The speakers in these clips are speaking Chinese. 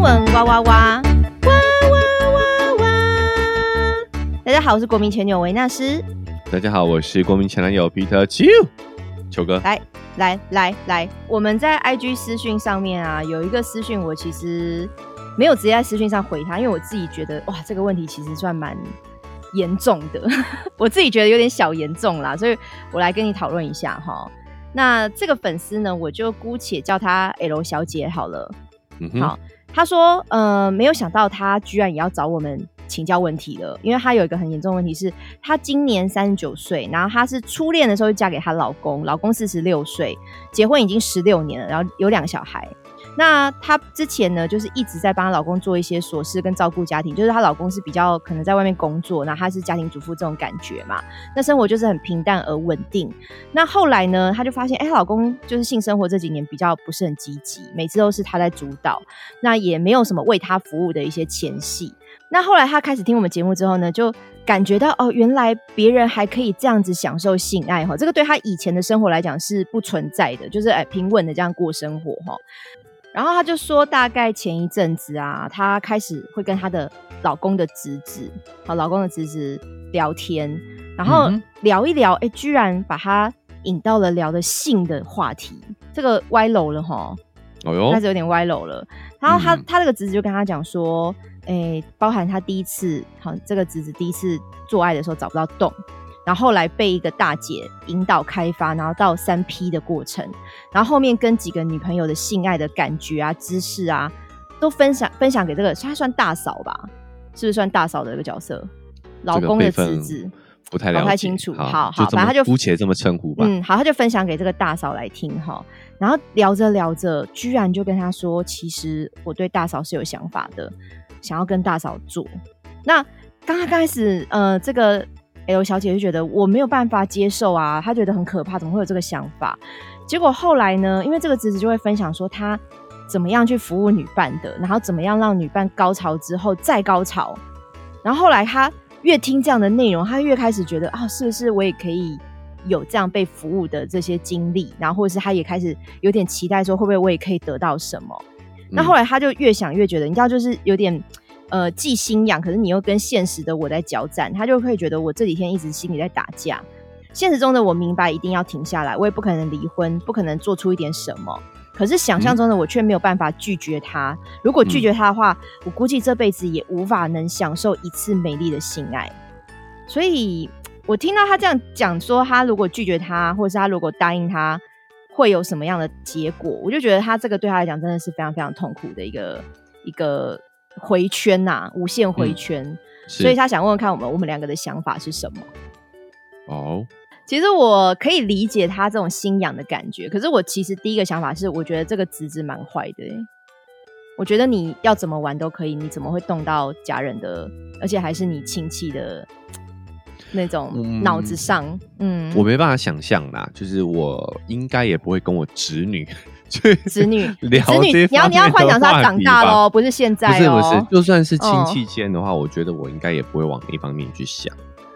闻哇哇哇哇哇哇哇！大家好，我是国民前女友维纳斯。 大家好，我是国民前男友 Peter 球哥。 来，我们在 IG 私讯上面啊，有一个私讯我其实没有直接在私讯上回他，因为我自己觉得哇，这个问题其实算蛮严重的，我自己觉得有点小严重啦，所以我来跟你讨论一下哈。那这个粉丝呢，我就姑且叫她 L 小姐好了。好，她说没有想到她居然也要找我们请教问题了，因为她有一个很严重的问题是，她今年39岁，然后她是初恋的时候就嫁给她老公46岁，结婚已经16年了，然后有2个小孩。那她之前呢，就是一直在帮她老公做一些琐事跟照顾家庭，就是她老公是比较可能在外面工作，那她是家庭主妇这种感觉嘛，那生活就是很平淡而稳定。那后来呢，她就发现她老公就是性生活这几年比较不是很积极，每次都是她在主导，那也没有什么为她服务的一些前戏。那后来她开始听我们节目之后呢，就感觉到哦，原来别人还可以这样子享受性爱，这个对她以前的生活来讲是不存在的，就是平稳的这样过生活。然后她就说，大概前一阵子啊，她开始会跟她的老公的侄子聊天，然后聊一聊，居然把她引到了聊的性的话题，这个歪楼了齁，开始有点歪楼了。然后她这个侄子就跟她讲说，包含她第一次，这个侄子第一次做爱的时候找不到洞。然后后来被一个大姐引导开发，然后到3P 的过程，然后后面跟几个女朋友的性爱的感觉啊、知识啊，都分享给这个，他算大嫂吧？是不是算大嫂的这个角色？老公的侄子， 不太了解， 不太清楚。好， 反正他就姑且这么称呼吧。 好，他就分享给这个大嫂来听哈。然后聊着聊着，居然就跟他说，其实我对大嫂是有想法的，想要跟大嫂做。那刚开始，这个。L 小姐就觉得我没有办法接受啊，她觉得很可怕，怎么会有这个想法？结果后来呢，因为这个侄子就会分享说他怎么样去服务女伴的，然后怎么样让女伴高潮之后再高潮，然后后来他越听这样的内容，他越开始觉得啊，是不是我也可以有这样被服务的这些经历，然后或者是他也开始有点期待说会不会我也可以得到什么。那后来他就越想越觉得，你知道就是有点既心痒，可是你又跟现实的我在交战，他就会觉得我这几天一直心里在打架。现实中的我明白一定要停下来，我也不可能离婚，不可能做出一点什么。可是想象中的我却没有办法拒绝他。如果拒绝他的话，我估计这辈子也无法能享受一次美丽的性爱。所以我听到他这样讲说，他如果拒绝他，或者是他如果答应他，会有什么样的结果？我就觉得他这个对他来讲真的是非常非常痛苦的一个回圈呐，无限回圈。所以他想问问看我们两个的想法是什么。其实我可以理解他这种心痒的感觉，可是我其实第一个想法是，我觉得这个侄子蛮坏的。我觉得你要怎么玩都可以，你怎么会动到家人的，而且还是你亲戚的那种脑子上？ 我没办法想象啦，就是我应该也不会跟我侄女聊这方面的话题吧。 你要幻想他长大咯，不是现在哦。 不是，就算是亲戚间的话，我觉得我应该也不会往那方面去想。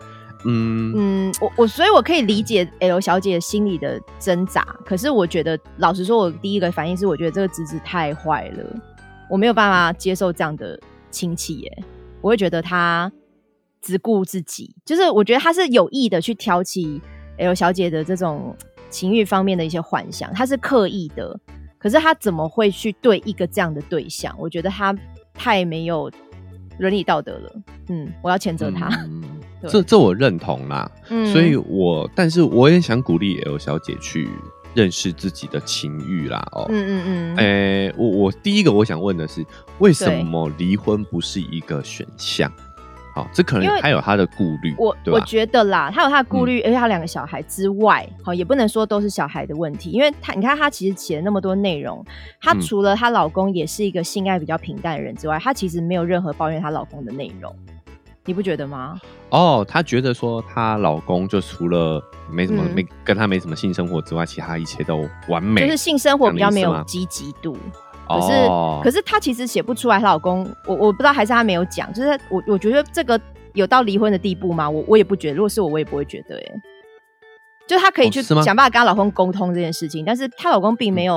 所以我可以理解 L 小姐心里的挣扎，可是我觉得老实说，我第一个反应是，我觉得这个侄子太坏了，我没有办法接受这样的亲戚耶。我会觉得他只顾自己，就是我觉得他是有意的去挑起 L 小姐的这种情欲方面的一些幻想，他是刻意的，可是他怎么会去对一个这样的对象？我觉得他太没有伦理道德了。我要谴责他。 这我认同啦。所以但是我也想鼓励 L 小姐去认识自己的情欲啦。我第一个我想问的是，为什么离婚不是一个选项？这可能还有他的顾虑， 我觉得啦，他有他的顾虑，而且他2个小孩之外，也不能说都是小孩的问题，因为你看他其实写了那么多内容，他除了她老公也是一个性爱比较平淡的人之外，他其实没有任何抱怨她老公的内容，你不觉得吗？ 她觉得说她老公就除了跟他没什么性生活之外，其他一切都完美， 就是性生活比较没有积极度。可是她其实写不出来她老公，我不知道还是她没有讲，就是我觉得这个有到离婚的地步吗？我也不觉得，如果是我也不会觉得。就是她可以去想办法跟她老公沟通这件事情，但是她老公并没有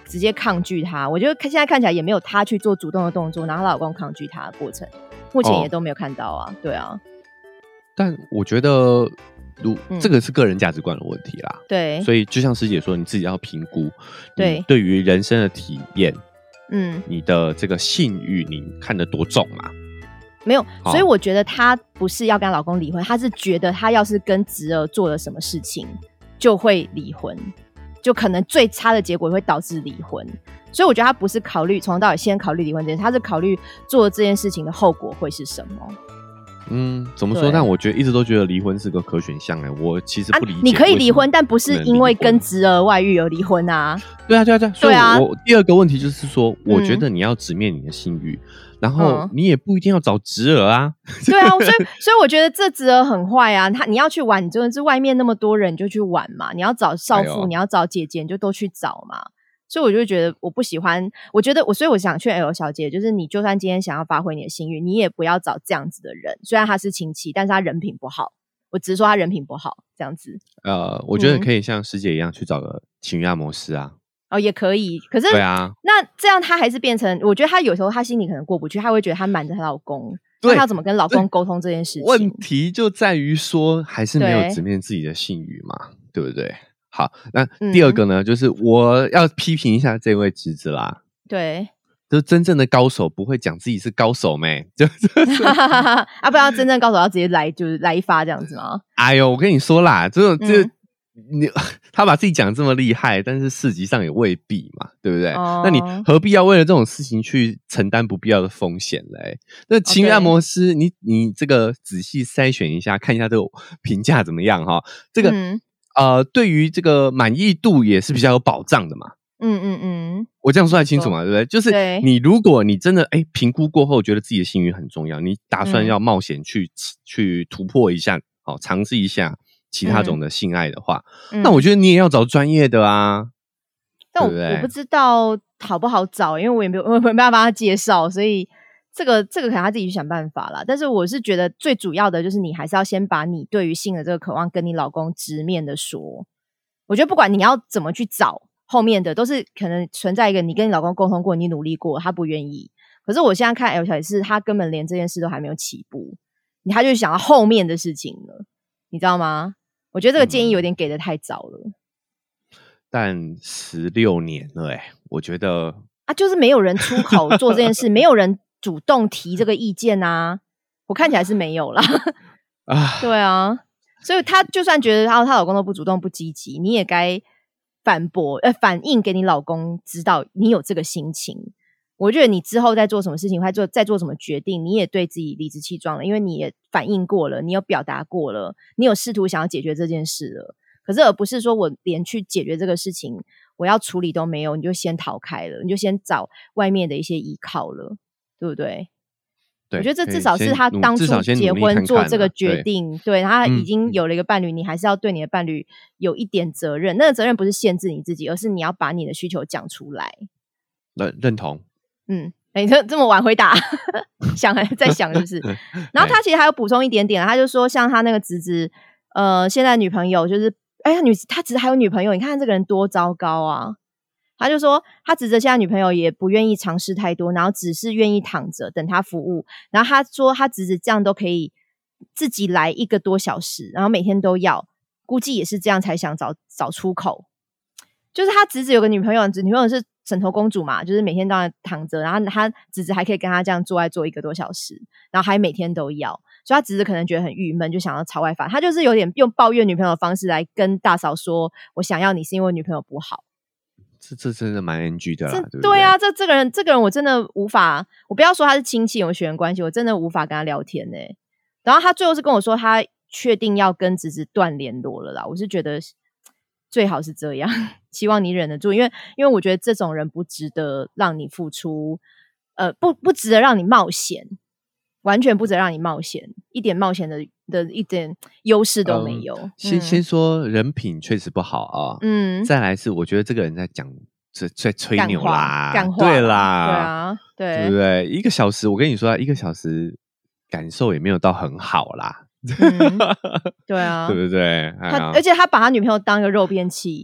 直接抗拒他。我觉得现在看起来也没有他去做主动的动作，然后她老公抗拒他的过程，目前也都没有看到啊。对啊， 但我觉得这个是个人价值观的问题啦。 对， 所以就像师姐说，你自己要评估， 对， 对于人生的体验，你的这个性欲，你看得多重嘛？ 没有，所以我觉得她不是要跟她老公离婚，她是觉得她要是跟侄儿做了什么事情，就会离婚，就可能最差的结果会导致离婚。所以我觉得她不是考虑从头到尾先考虑离婚这件事，她是考虑做这件事情的后果会是什么。 怎么说？但我一直都觉得离婚是个可选项我其实不理解。 你可以离婚，但不是因为跟侄儿外遇而离婚啊。 对啊。所以我第二个问题就是说，我觉得你要直面你的性欲，然后你也不一定要找侄儿啊。 对啊，所以我觉得这侄儿很坏啊。你要去玩，你真的是外面那么多人，你就去玩嘛。你要找少妇，你要找姐姐，你就都去找嘛。所以我就觉得我不喜欢，我觉得所以我想劝 L 小姐，就是你就算今天想要发挥你的性欲，你也不要找这样子的人。虽然他是亲戚，但是他人品不好。我只是说他人品不好这样子。 我觉得可以像师姐一样去找个情欲按摩师啊。 也可以。可是对啊， 那这样他还是变成，我觉得他有时候他心里可能过不去，他会觉得他瞒着她老公。那他要怎么跟老公沟通这件事情？ 问题就在于说，还是没有直面自己的性欲嘛，对不对？好，那第二个呢，就是我要批评一下这位侄子啦。 对， 就是真正的高手不会讲自己是高手没？ 不然真正高手要直接来，就是来一发这样子吗？ 哎呦，我跟你说啦，他把自己讲这么厉害，但是事实上也未必嘛，对不对？那你何必要为了这种事情去承担不必要的风险嘞？那情欲按摩师，你这个仔细筛选一下，看一下这个评价怎么样哈？这个对于这个满意度也是比较有保障的嘛。我这样说还清楚嘛，对不对？就是如果你真的评估过后觉得自己的性欲很重要，你打算要冒险去突破一下，尝试一下其他种的性爱的话，那我觉得你也要找专业的啊。 但我不知道好不好找，因为我也没办法帮他介绍，所以这个可能他自己去想办法啦。但是我是觉得最主要的就是你还是要先把你对于性的这个渴望跟你老公直面的说。我觉得不管你要怎么去找，后面的都是可能存在一个你跟你老公沟通过，你努力过，他不愿意。可是我现在看 L 小姐是他根本连这件事都还没有起步，他就想到后面的事情了，你知道吗？我觉得这个建议有点给的太早了。 但16年了我觉得就是没有人出口做这件事，没有人主动提这个意见啊。我看起来是没有啦。对啊，所以她就算觉得她老公都不主动不积极，你也该反映给你老公知道你有这个心情。我觉得你之后在做什么事情，再做什么决定，你也对自己理直气壮了，因为你也反应过了，你有表达过了，你有试图想要解决这件事了。可是而不是说我连去解决这个事情我要处理都没有，你就先逃开了，你就先找外面的一些依靠了，对不对？对，我觉得这至少是他当初结婚做这个决定，对，他已经有了一个伴侣，你还是要对你的伴侣有一点责任。那个责任不是限制你自己，而是你要把你的需求讲出来。 认同。 你这么晚回答在想是不是？然后他其实还有补充一点点，他就说像他那个侄子现在女朋友就是他侄子还有女朋友，你看这个人多糟糕啊。他就说他侄子现在女朋友也不愿意尝试太多，然后只是愿意躺着等他服务。然后他说他侄子这样都可以自己来1个多小时，然后每天都要，估计也是这样才想找出口。就是他侄子有个女朋友，女朋友是枕头公主嘛，就是每天都要躺着，然后他侄子还可以跟他这样做1个多小时，然后还每天都要，所以他侄子可能觉得很郁闷，就想要朝外发。他就是有点用抱怨女朋友的方式来跟大嫂说，我想要你是因为女朋友不好。 这真的蛮 NG 的啦，对不对？ 对啊，这个人我真的无法，我不要说他是亲戚有血缘关系，我真的无法跟他聊天然后他最后是跟我说他确定要跟侄子断联络了啦，我是觉得最好是这样，希望你忍得住，因为我觉得这种人不值得让你付出，不值得让你冒险，完全不值得让你冒险，一点冒险的一点优势都没有。 先说人品确实不好啊，再来是我觉得这个人在讲在吹牛啦， 干话， 对啦， 对啊， 对不对？1个小时，我跟你说，1个小时感受也没有到很好啦。 对啊， 对不对？ 而且他把他女朋友当一个肉便器。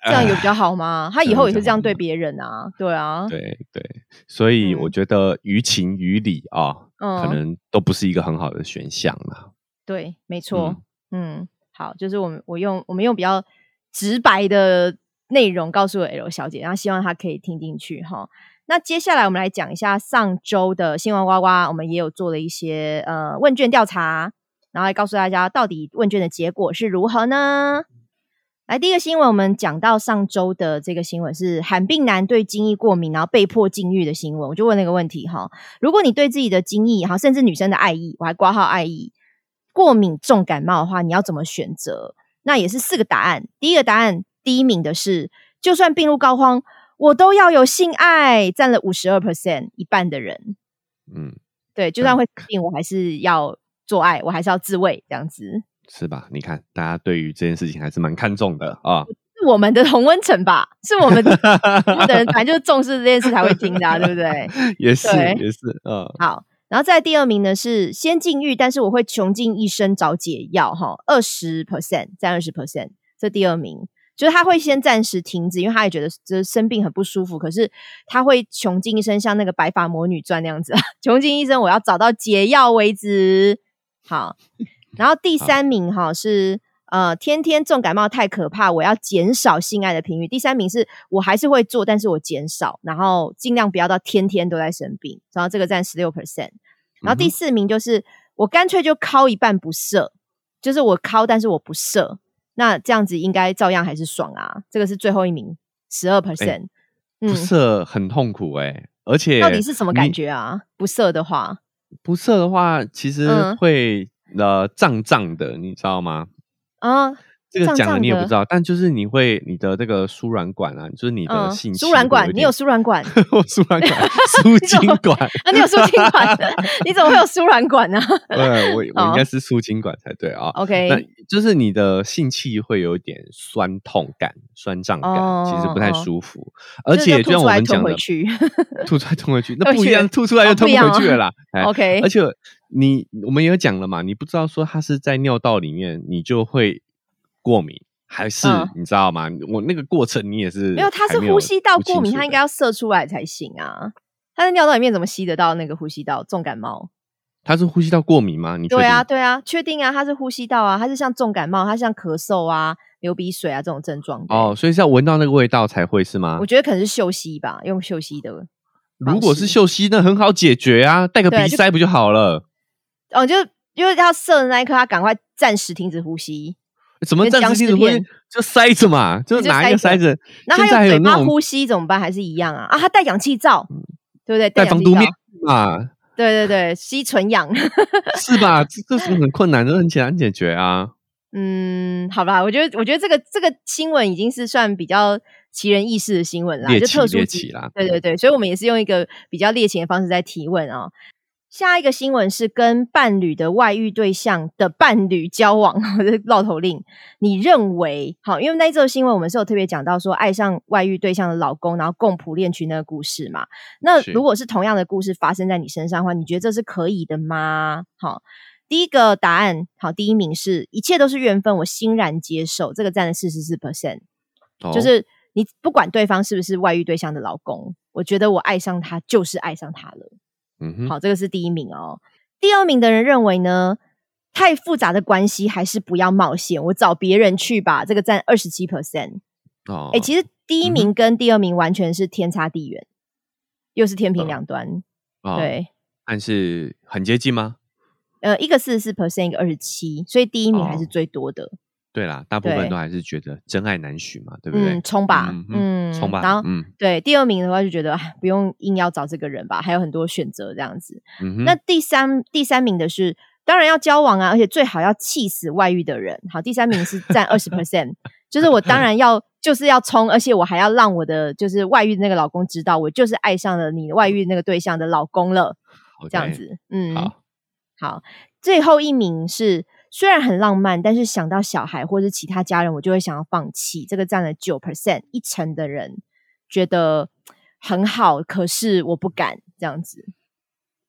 这样有比较好吗？他以后也是这样对别人啊，对啊， 对对，所以我觉得于情于理啊，可能都不是一个很好的选项啦。 对，没错，好，就是我们用比较直白的内容告诉了 L 小姐，然后希望她可以听进去哈。那接下来我们来讲一下上周的新闻呱呱，我们也有做了一些问卷调查，然后来告诉大家到底问卷的结果是如何呢？来，第一个新闻，我们讲到上周的这个新闻是罕病男对精液过敏，然后被迫禁欲的新闻。我就问了一个问题哈，如果你对自己的精液，甚至女生的爱液，我还挂号爱液过敏重感冒的话，你要怎么选择？那也是4个答案。第一个答案，第一名的是，就算病入膏肓，我都要有性爱，占了 52%， 一半的人。对，就算会生病，我还是要做爱，我还是要自慰，这样子。 是吧？你看，大家对于这件事情还是蛮看重的啊。 是我们的同温层吧？是我们的人，反正就是重视这件事才会听的对不对？ 也是， 好，然后再第2名呢是先禁欲，但是我会穷尽一生找解药20%，占20%，这第2名。就是他会先暂时停止，因为他也觉得就是生病很不舒服，可是他会穷尽一生，像那个白发魔女传那样子，穷尽一生我要找到解药为止。好，然后第3名是天天重感冒太可怕，我要减少性爱的频率。第3名是我还是会做，但是我减少，然后尽量不要到天天都在生病，然后这个占 16%。然后第4名就是我干脆就敲一半不射，就是我敲但是我不射，那这样子应该照样还是爽啊。这个是最后一名 12%。 不射很痛苦而且到底是什么感觉啊？不射的话其实会胀胀的，你知道吗？这个讲了你也不知道，但就是你的这个输卵管啊，就是你的性器输卵管，你有输卵管？ 我输卵管，输精管你有输精管？你怎么会有输卵管呢？ 对，我应该是输精管才对啊。 OK， 那就是你的性器会有点酸痛感、酸胀感，其实不太舒服。而且就像我们讲的，吐出来吞回去，那不一样，吐出来又吞不回去了啦。 OK， 而且我们也有讲了嘛，你不知道说它是在尿道里面，你就会过敏，还是你知道吗？我那个过程你也是没有，它是呼吸道过敏，它应该要射出来才行啊。它在尿道里面怎么吸得到那个呼吸道重感冒？它是呼吸道过敏吗？你确定？ 对啊，确定啊，它是呼吸道啊，它是像重感冒，它像咳嗽啊、流鼻水啊这种症状。 所以是要闻到那个味道才会是吗？ 我觉得可能是嗅吸吧，用嗅吸的。 如果是嗅吸，那很好解决啊，戴个鼻塞不就好了？ 就因为要射的那一刻，他赶快暂时停止呼吸。 怎么暂时停止呼吸？就塞着嘛，就拿一个塞着。 那他用嘴巴呼吸怎么办？还是一样啊？他戴氧气罩，对不对？ 戴防毒面嘛。 对，吸纯氧是吧？这是很困难的，很简单解决啊。 好吧，我觉得这个新闻已经是算比较奇人异事的新闻啦，就特殊猎奇啦。 对，所以我们也是用一个比较猎奇的方式在提问啊。下一个新闻是跟伴侣的外遇对象的伴侣交往，绕头令。你认为好？因为那一则新闻我们是有特别讲到说爱上外遇对象的老公，然后共谱恋曲那个故事嘛。那如果是同样的故事发生在你身上的话，你觉得这是可以的吗？好，第一个答案，好，第一名是一切都是缘分，我欣然接受，这个占了 44%。就是你不管对方是不是外遇对象的老公，我觉得我爱上他就是爱上他了。好，这个是第一名哦。第2名的人认为呢，太复杂的关系还是不要冒险，我找别人去吧，这个占 27%。其实第1名跟第2名完全是天差地远，又是天平两端。对， 但是很接近吗？ 一个 44%， 一个 27%， 所以第1名还是最多的。 对啦，大部分都还是觉得真爱难寻嘛，对不对？ 冲吧， 冲吧。 然后对第2名的话就觉得不用硬要找这个人吧，还有很多选择这样子。那第三名的是当然要交往啊，而且最好要气死外遇的人。好，第3名是占 20%， 就是我当然就是要冲，而且我还要让我的就是外遇的那个老公知道，我就是爱上了你外遇那个对象的老公了，这样子。好，最后一名是。虽然很浪漫，但是想到小孩或是其他家人，我就会想要放弃。这个占了 9%， 一成的人觉得很好，可是我不敢这样子。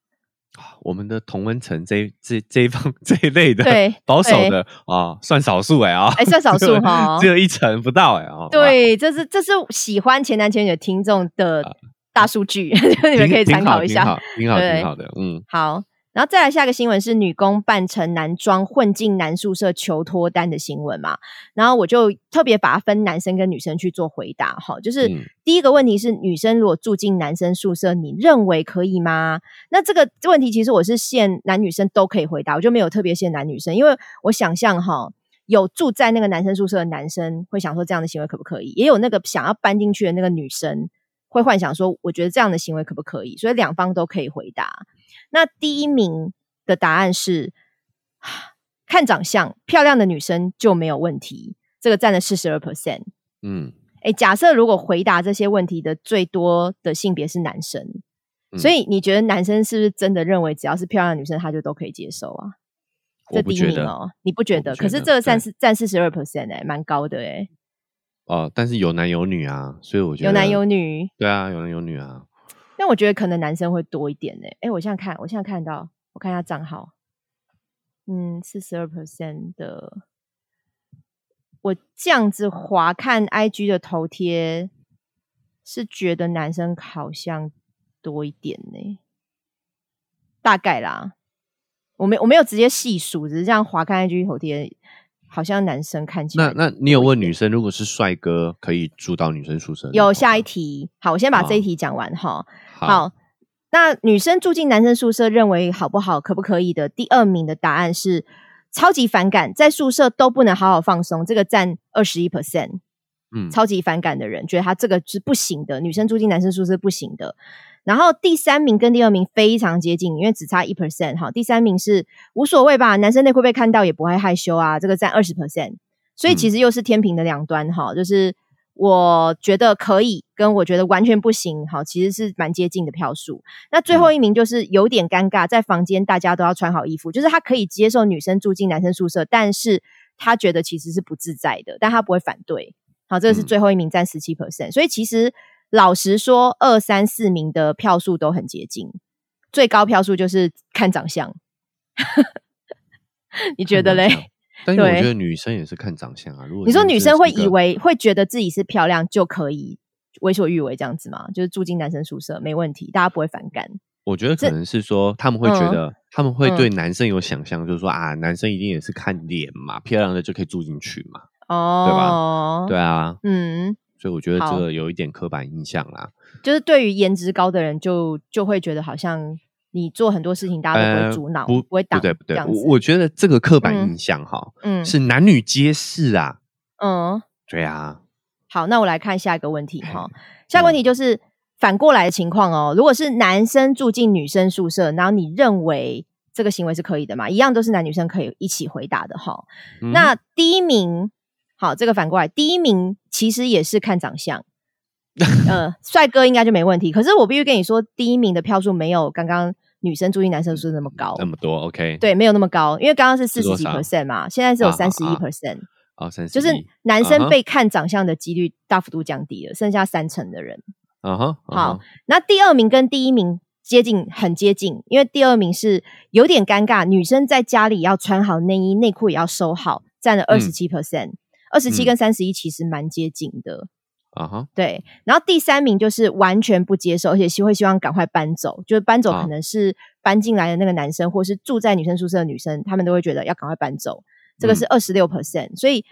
我们的同温层这一类的保守的算少数算少数只有1成不到对，这是喜欢前男前女的听众的大数据，你们可以参考一下， 挺好的， 好。然后再来下一个新闻是女工扮成男装混进男宿舍求脱单的新闻嘛，然后我就特别把它分男生跟女生去做回答就是第一个问题是女生如果住进男生宿舍你认为可以吗？那这个问题其实我是限男女生都可以回答，我就没有特别限男女生，因为我想象有住在那个男生宿舍的男生会想说这样的行为可不可以，也有那个想要搬进去的那个女生会幻想说我觉得这样的行为可不可以，所以两方都可以回答。那第一名的答案是看长相漂亮的女生就没有问题，这个占了 42%。 假设如果回答这些问题的最多的性别是男生，所以你觉得男生是不是真的认为只要是漂亮的女生他就都可以接受啊？这第一名你不觉得？可是这个占 42%蛮高的但是有男有女啊，所以我觉得有男有女， 对啊，有男有女啊。 但我觉得可能男生会多一点我现在看到，我看一下账号，42% 的，我这样子滑看 IG 的头贴是觉得男生好像多一点大概啦，我没有直接细数，只是这样滑看 IG 头贴，好像男生看起来。 那你有问女生，如果是帅哥可以住到女生宿舍？ 有下一题。好，我先把这一题讲完好，那女生住进男生宿舍认为好不好可不可以的第二名的答案是超级反感，在宿舍都不能好好放松，这个占 21%。超级反感的人觉得他这个是不行的，女生住进男生宿舍不行的。然后第三名跟第二名非常接近，因为只差 1%。 第三名是无所谓吧，男生内裤被看到也不会害羞啊，这个占 20%。 所以其实又是天平的两端就是我觉得可以跟我觉得完全不行其实是蛮接近的票数。那最后一名就是有点尴尬，在房间大家都要穿好衣服，就是他可以接受女生住进男生宿舍，但是他觉得其实是不自在的，但他不会反对。好，这个是最后一名占 17%。 所以其实老实说2、3、4名的票数都很接近，最高票数就是看长相你觉得嘞？ 但是我觉得女生也是看长相啊。如果你说女生会以为会觉得自己是漂亮就可以为所欲为这样子吗？就是住进男生宿舍没问题，大家不会反感？我觉得可能是说他们会觉得他们会对男生有想象，就是说男生一定也是看脸嘛，漂亮的就可以住进去嘛，对吧？对啊，所以我觉得这个有一点刻板印象啦， 就是对于颜值高的人就会觉得好像你做很多事情大家都不会阻挠，不会挡。不对， 我觉得这个刻板印象是男女皆是啊。对啊。 好，那我来看下一个问题下一个问题就是反过来的情况如果是男生住进女生宿舍，然后你认为这个行为是可以的嘛？一样都是男女生可以一起回答的那第一名，好，这个反过来，第一名其实也是看长相帅哥应该就没问题。可是我必须跟你说，第一名的票数没有刚刚女生住进男生宿舍那么高， 那么多。 OK， 对，没有那么高，因为刚刚是40几%嘛，现在是有31%。就是男生被看长相的几率大幅度降低了，剩下30%的人。好，那第二名跟第一名很接近，因为第二名是有点尴尬，女生在家里要穿好内衣，内裤也要收好，占了 27%。27跟31其实蛮接近的。对，然后第三名就是完全不接受，而且会希望赶快搬走，就是搬走可能是搬进来的那个男生或是住在女生宿舍的女生，他们都会觉得要赶快搬走，这个是 26%。 所以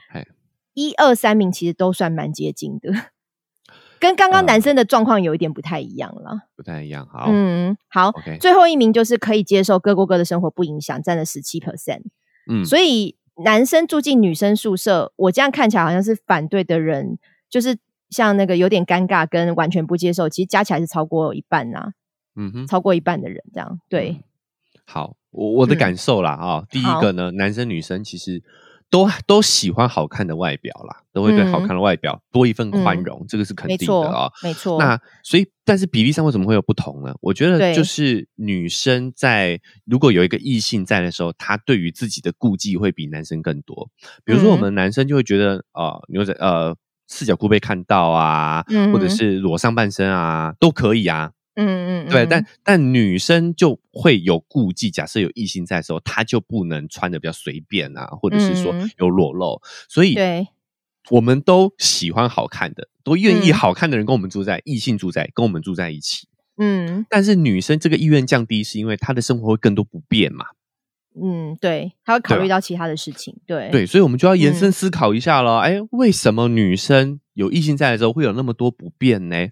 1、2、3名其实都算蛮接近的，跟刚刚男生的状况有一点不太一样啦， 不太一样。 好，最后一名就是可以接受各过各的生活不影响，占了 17%。所以男生住进女生宿舍，我这样看起来好像是反对的人，就是像那个有点尴尬跟完全不接受，其实加起来是超过一半啊。超过一半的人这样。对， 好，我的感受啦第一个呢，男生女生其实都喜欢好看的外表啦，都会对好看的外表多一份宽容，这个是肯定的没错。 那所以，但是比例上为什么会有不同呢？我觉得就是女生在如果有一个异性在的时候，她对于自己的顾忌会比男生更多。比如说，我们男生就会觉得牛仔四角裤被看到啊，或者是裸上半身啊，都可以啊。 对，但女生就会有顾忌，假设有异性在的时候，她就不能穿的比较随便啊，或者是说有裸露，所以对， 我们都喜欢好看的，都愿意好看的人跟我们住在异性住在跟我们住在一起。但是女生这个意愿降低，是因为她的生活会更多不便嘛。 对，她会考虑到其他的事情。 对，所以我们就要延伸思考一下了。为什么女生有异性在的时候会有那么多不便呢？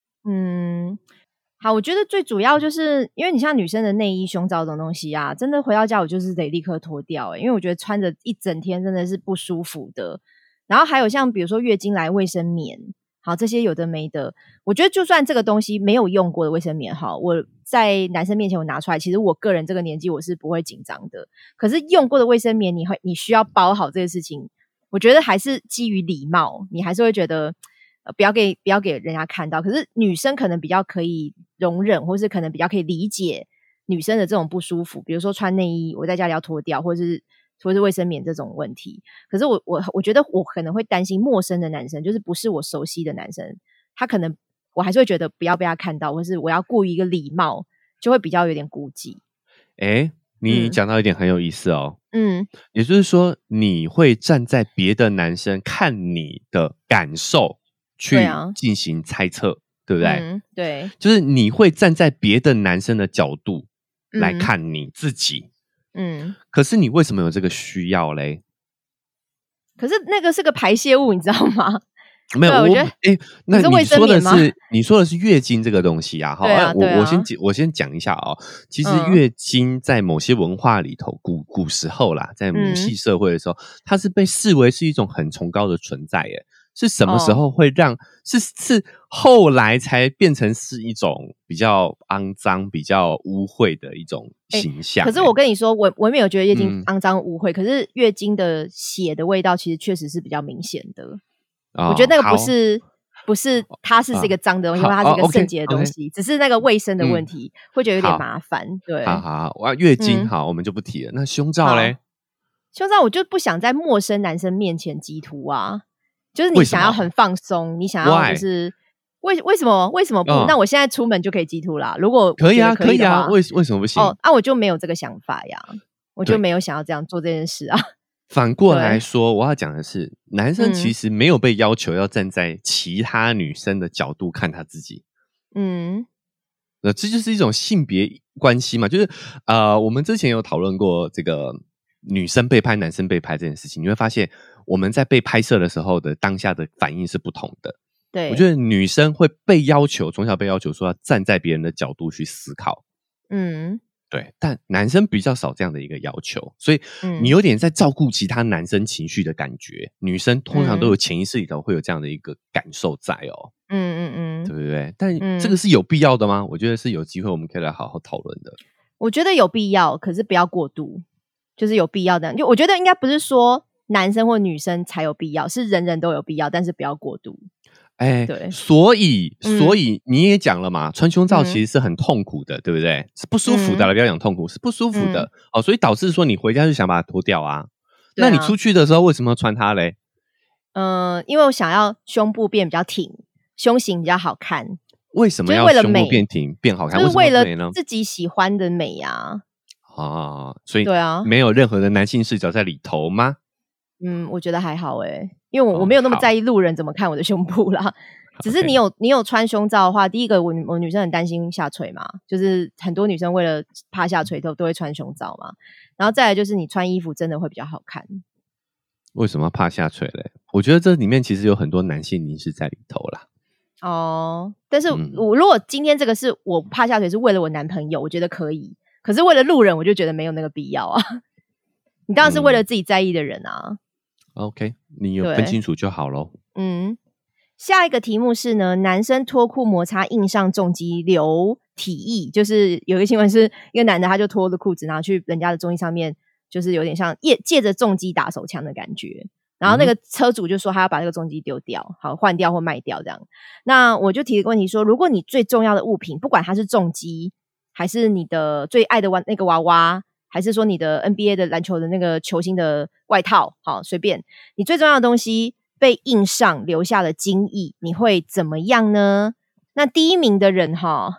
好，我觉得最主要就是因为你像女生的内衣、胸罩这种东西啊，真的回到家我就是得立刻脱掉，因为我觉得穿着一整天真的是不舒服的。然后还有像比如说月经来卫生棉，好，这些有的没的，我觉得就算这个东西没有用过的卫生棉，好，我在男生面前我拿出来，其实我个人这个年纪我是不会紧张的。可是用过的卫生棉，你需要包好这个事情，我觉得还是基于礼貌，你还是会觉得不要给人家看到。可是女生可能比较可以容忍，或是可能比较可以理解女生的这种不舒服，比如说穿内衣我在家里要脱掉，或是卫生棉这种问题。可是我觉得我可能会担心陌生的男生，就是不是我熟悉的男生，他可能我还是会觉得不要被他看到，或是我要顾一个礼貌，就会比较有点顾忌。 你讲到一点很有意思哦。也就是说你会站在别的男生看你的感受去进行猜测，对不对？ 对， 就是你会站在别的男生的角度来看你自己。可是你为什么有这个需要嘞？ 可是那个是个排泄物，你知道吗？ 没有，我觉得那你说的是月经这个东西啊。我先讲一下哦。其实月经在某些文化里头，古时候啦，在母系社会的时候，它是被视为是一种很崇高的存在耶。是什么时候会让是后来才变成是一种比较肮脏、比较污秽的一种形象？ 可是我跟你说，我没有觉得月经肮脏污秽，可是月经的血的味道其实确实是比较明显的。我觉得那个不是它是一个脏的东西，或它是一个圣洁的东西，只是那个卫生的问题，会觉得有点麻烦。对， 好，月经好，我们就不提了。那胸罩嘞？ 胸罩我就不想在陌生男生面前激突啊。就是你想要很放松，你想要就是为什么不？那我现在出门就可以激突啦。如果可以啊，可以啊，为什么不行？ 我就没有这个想法呀，我就没有想要这样做这件事啊。 反过来说，我要讲的是，男生其实没有被要求要站在其他女生的角度看他自己。这就是一种性别关系嘛，就是我们之前有讨论过这个女生被拍、男生被拍这件事情，你会发现我们在被拍摄的时候的当下的反应是不同的。 对， 我觉得女生会被要求，从小被要求说要站在别人的角度去思考。对，但男生比较少这样的一个要求，所以你有点在照顾其他男生情绪的感觉。女生通常都有潜意识里头会有这样的一个感受在哦。对不对？但这个是有必要的吗？我觉得是有机会我们可以来好好讨论的。 我觉得有必要，可是不要过度，就是有必要的。就我觉得应该不是说男生或女生才有必要，是人人都有必要，但是不要过度。对， 所以你也讲了嘛，穿胸罩其实是很痛苦的，对不对？是不舒服的了，不要讲痛苦，是不舒服的。所以导致说你回家就想把它脱掉啊。那你出去的时候为什么要穿它嘞？ 因为我想要胸部变比较挺，胸型比较好看。 为什么要胸部变挺变好看？ 就是为了自己喜欢的美啊。 所以对啊，没有任何的男性视角在里头吗？ 我觉得还好因为我没有那么在意路人怎么看我的胸部啦。只是你有穿胸罩的话，第一个我女生很担心下垂嘛，就是很多女生为了怕下垂都会穿胸罩嘛。然后再来就是你穿衣服真的会比较好看。 为什么怕下垂嘞？我觉得这里面其实有很多男性凝视在里头啦。 但是我如果今天这个是我怕下垂是为了我男朋友，我觉得可以。可是为了路人，我就觉得没有那个必要啊。你当然是为了自己在意的人啊。 OK， 你有分清楚就好咯。 下一个题目是呢，男生脱裤摩擦硬上重击流体液，就是有一个新闻是一个男的他就脱了裤子，然后去人家的重机上面，就是有点像借着重机打手枪的感觉。然后那个车主就说他要把这个重机丢掉，好换掉或卖掉这样。那我就提了个问题说，如果你最重要的物品，不管它是重机，还是你的最爱的那个娃娃，还是说你的 NBA 的篮球的那个球星的外套，好随便，你最重要的东西被印上留下了精液，你会怎么样呢？那第一名的人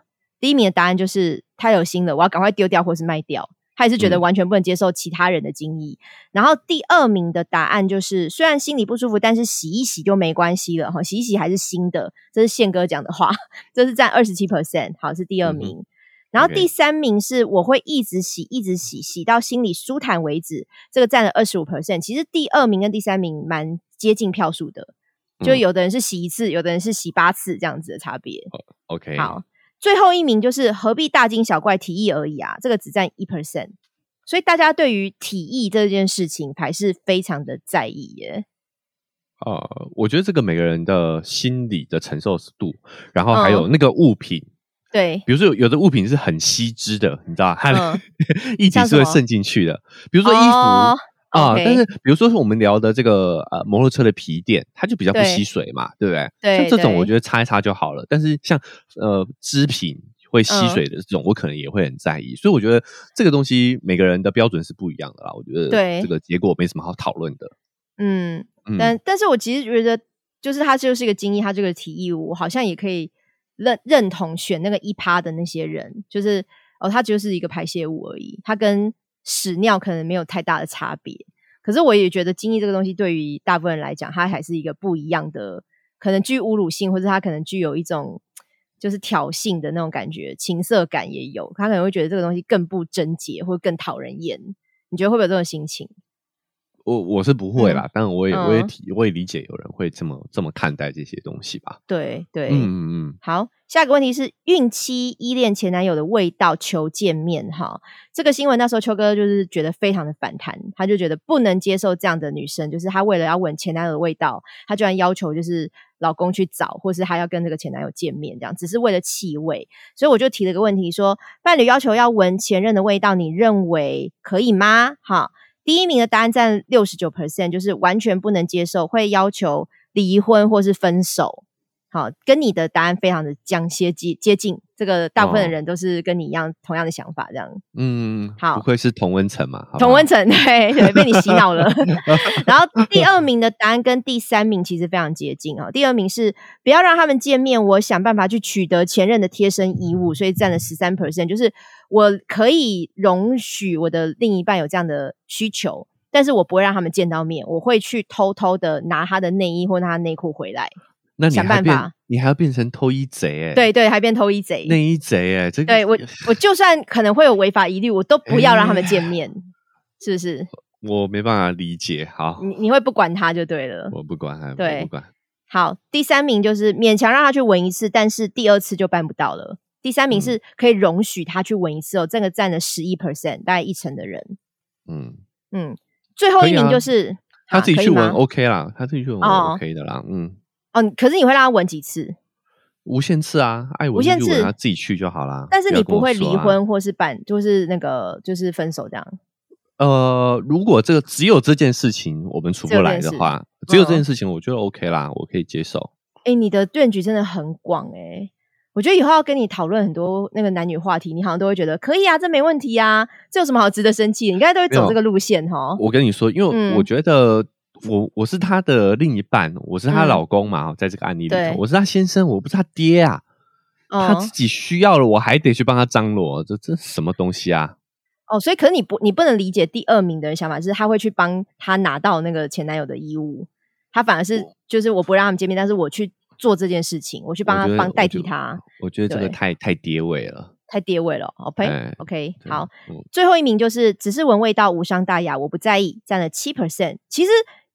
第一名的答案就是太恶心了，我要赶快丢掉或是卖掉，他也是觉得完全不能接受其他人的精液。然后第二名的答案就是虽然心里不舒服，但是洗一洗就没关系了，洗一洗还是新的，这是宪哥讲的话，这是占 27%， 好，是第二名。然后第三名是我会一直洗一直洗，洗到心里舒坦为止，这个占了 25%。 其实第二名跟第三名蛮接近票数的，就有的人是洗一次，有的人是洗8次这样子的差别。 OK， 好，最后一名就是何必大惊小怪，体液而已啊，这个只占 1%。 所以大家对于体液这件事情还是非常的在意耶。 我觉得这个每个人的心理的承受度，然后还有那个物品， 对， 比如说有的物品是很吸汁的，你知道它的液体是会渗进去的，比如说衣服但是比如说我们聊的这个摩托车的皮垫，它就比较不吸水嘛， 对不对？ 对， 像这种我觉得擦一擦就好了。但是像织品会吸水的这种，我可能也会很在意。所以我觉得这个东西每个人的标准是不一样的啦。我觉得这个结果没什么好讨论的。 但是我其实觉得，就是它就是一个精液，它这个体液物，我好像也可以认同选那个1%的那些人，就是它就是一个排泄物而已，它跟屎尿可能没有太大的差别。可是我也觉得精液这个东西对于大部分人来讲，它还是一个不一样的，可能具侮辱性，或者它可能具有一种就是挑衅的那种感觉，情色感也有，他可能会觉得这个东西更不贞洁或更讨人厌。你觉得会不会有这种心情？ 我是不会啦，当然我也理解有人会这么看待这些东西吧。 对对，好，下一个问题是孕期依恋前男友的味道求见面哈。这个新闻那时候秋哥就是觉得非常的反弹，他就觉得不能接受这样的女生，就是他为了要闻前男友的味道，他居然要求就是老公去找，或是他要跟这个前男友见面，这样只是为了气味。所以我就提了个问题说，伴侣要求要闻前任的味道，你认为可以吗？哈。第一名的答案占 69%， 就是完全不能接受，会要求离婚或是分手。好，跟你的答案非常的接近，这个大部分的人都是跟你一样同样的想法这样。好， 不愧是同温层嘛， 同温层，对，被你洗脑了。然后第二名的答案跟第三名其实非常接近。第二名是不要让他们见面，我想办法去取得前任的贴身衣物，所以占了 13%， 就是我可以容许我的另一半有这样的需求，但是我不会让他们见到面，我会去偷偷的拿他的内衣或拿他内裤回来。 那想办法， 你还要变成偷衣贼对对，还变偷衣贼、 内衣贼这个对我就算可能会有违法疑虑，我都不要让他们见面，是不是？ 我没办法理解。好， 你会不管他就对了。 我不管， 对， 我不管。 好，第三名就是勉强让他去闻一次，但是第二次就办不到了。第三名是可以容许他去闻一次这个占了 11%， 大概1%的人。最后一名就是他自己去闻 OK 啦，他自己去闻 OK 的啦。 可是你会让他闻几次？ 无限次啊，爱闻就闻，他自己去就好啦。 但是你不会离婚或是就是那个就是分手这样。 如果这个只有这件事情我们处不来的话，只有这件事情我觉得 OK 啦，我可以接受。 你的range真的很广我觉得以后要跟你讨论很多那个男女话题，你好像都会觉得可以啊，这没问题啊，这有什么好值得生气的？你应该都会走这个路线齁。 我跟你说，因为我觉得我是他的另一半，我是他老公嘛，在这个案例里头，我是他先生，我不是他爹啊。他自己需要了，我还得去帮他张罗，这什么东西啊？ 所以可是你不能理解第二名的人想法，是他会去帮他拿到那个前男友的衣物，他反而是就是我不让他们见面，但是我去做这件事情，我去帮他代替他。我觉得这个太爹味了， 太爹味了。OK， 好，最后一名就是只是闻味道无伤大雅，我不在意，占了 7%。其实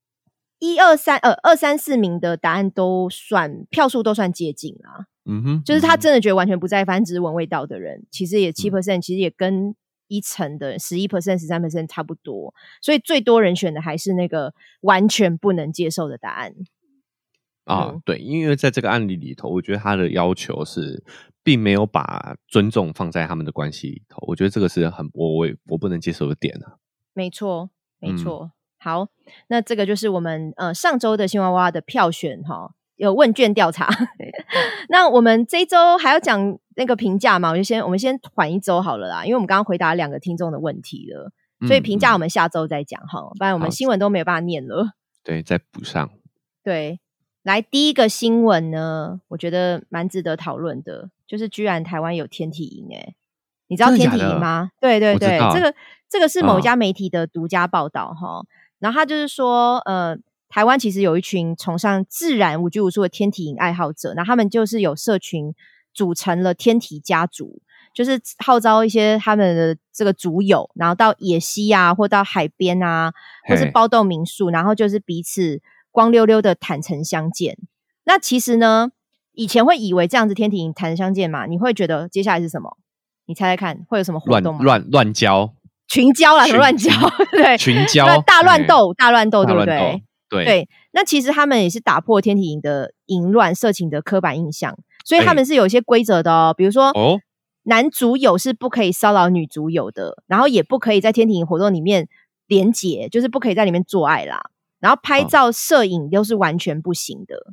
2、3、4名的答案都算票数都算接近啊。就是他真的觉得完全不在意，反正只是闻味道的人，其实也 7%，其实也跟1%的 11%、13% 差不多，所以最多人选的还是那个完全不能接受的答案。 对，因为在这个案例里头，我觉得他的要求是并没有把尊重放在他们的关系里头，我觉得这个是我不能接受的点啊。 没错。好，那这个就是我们上周的新娃娃的票选有问卷调查。那我们这一周还要讲那个评价嘛，我们先缓一周好了啦，因为我们刚刚回答2个听众的问题了，所以评价我们下周再讲不然我们新闻都没有办法念了。 对，再补上。 对， 来，第一个新闻呢，我觉得蛮值得讨论的，就是居然台湾有天体营你知道天体营吗？对对对，这个是某一家媒体的独家报道齁。然后他就是说台湾其实有一群崇尚自然无拘无束的天体营爱好者，然后他们就是有社群组成了天体家族，就是号召一些他们的这个族友，然后到野溪啊，或到海边啊，或是包栋民宿，然后就是彼此光溜溜的坦诚相见。那其实呢，以前会以为这样子天体营坦诚相见嘛，你会觉得接下来是什么？你猜猜看，会有什么活动吗？ 乱交， 群交啦，什么乱交？对， 群交， 大乱斗，对不对？ 对。 那其实他们也是打破天体营的淫乱色情的刻板印象，所以他们是有一些规则的哦。比如说，男族友是不可以骚扰女族友的，然后也不可以在天体营活动里面连结，就是不可以在里面做爱啦。然后拍照、摄影都是完全不行的。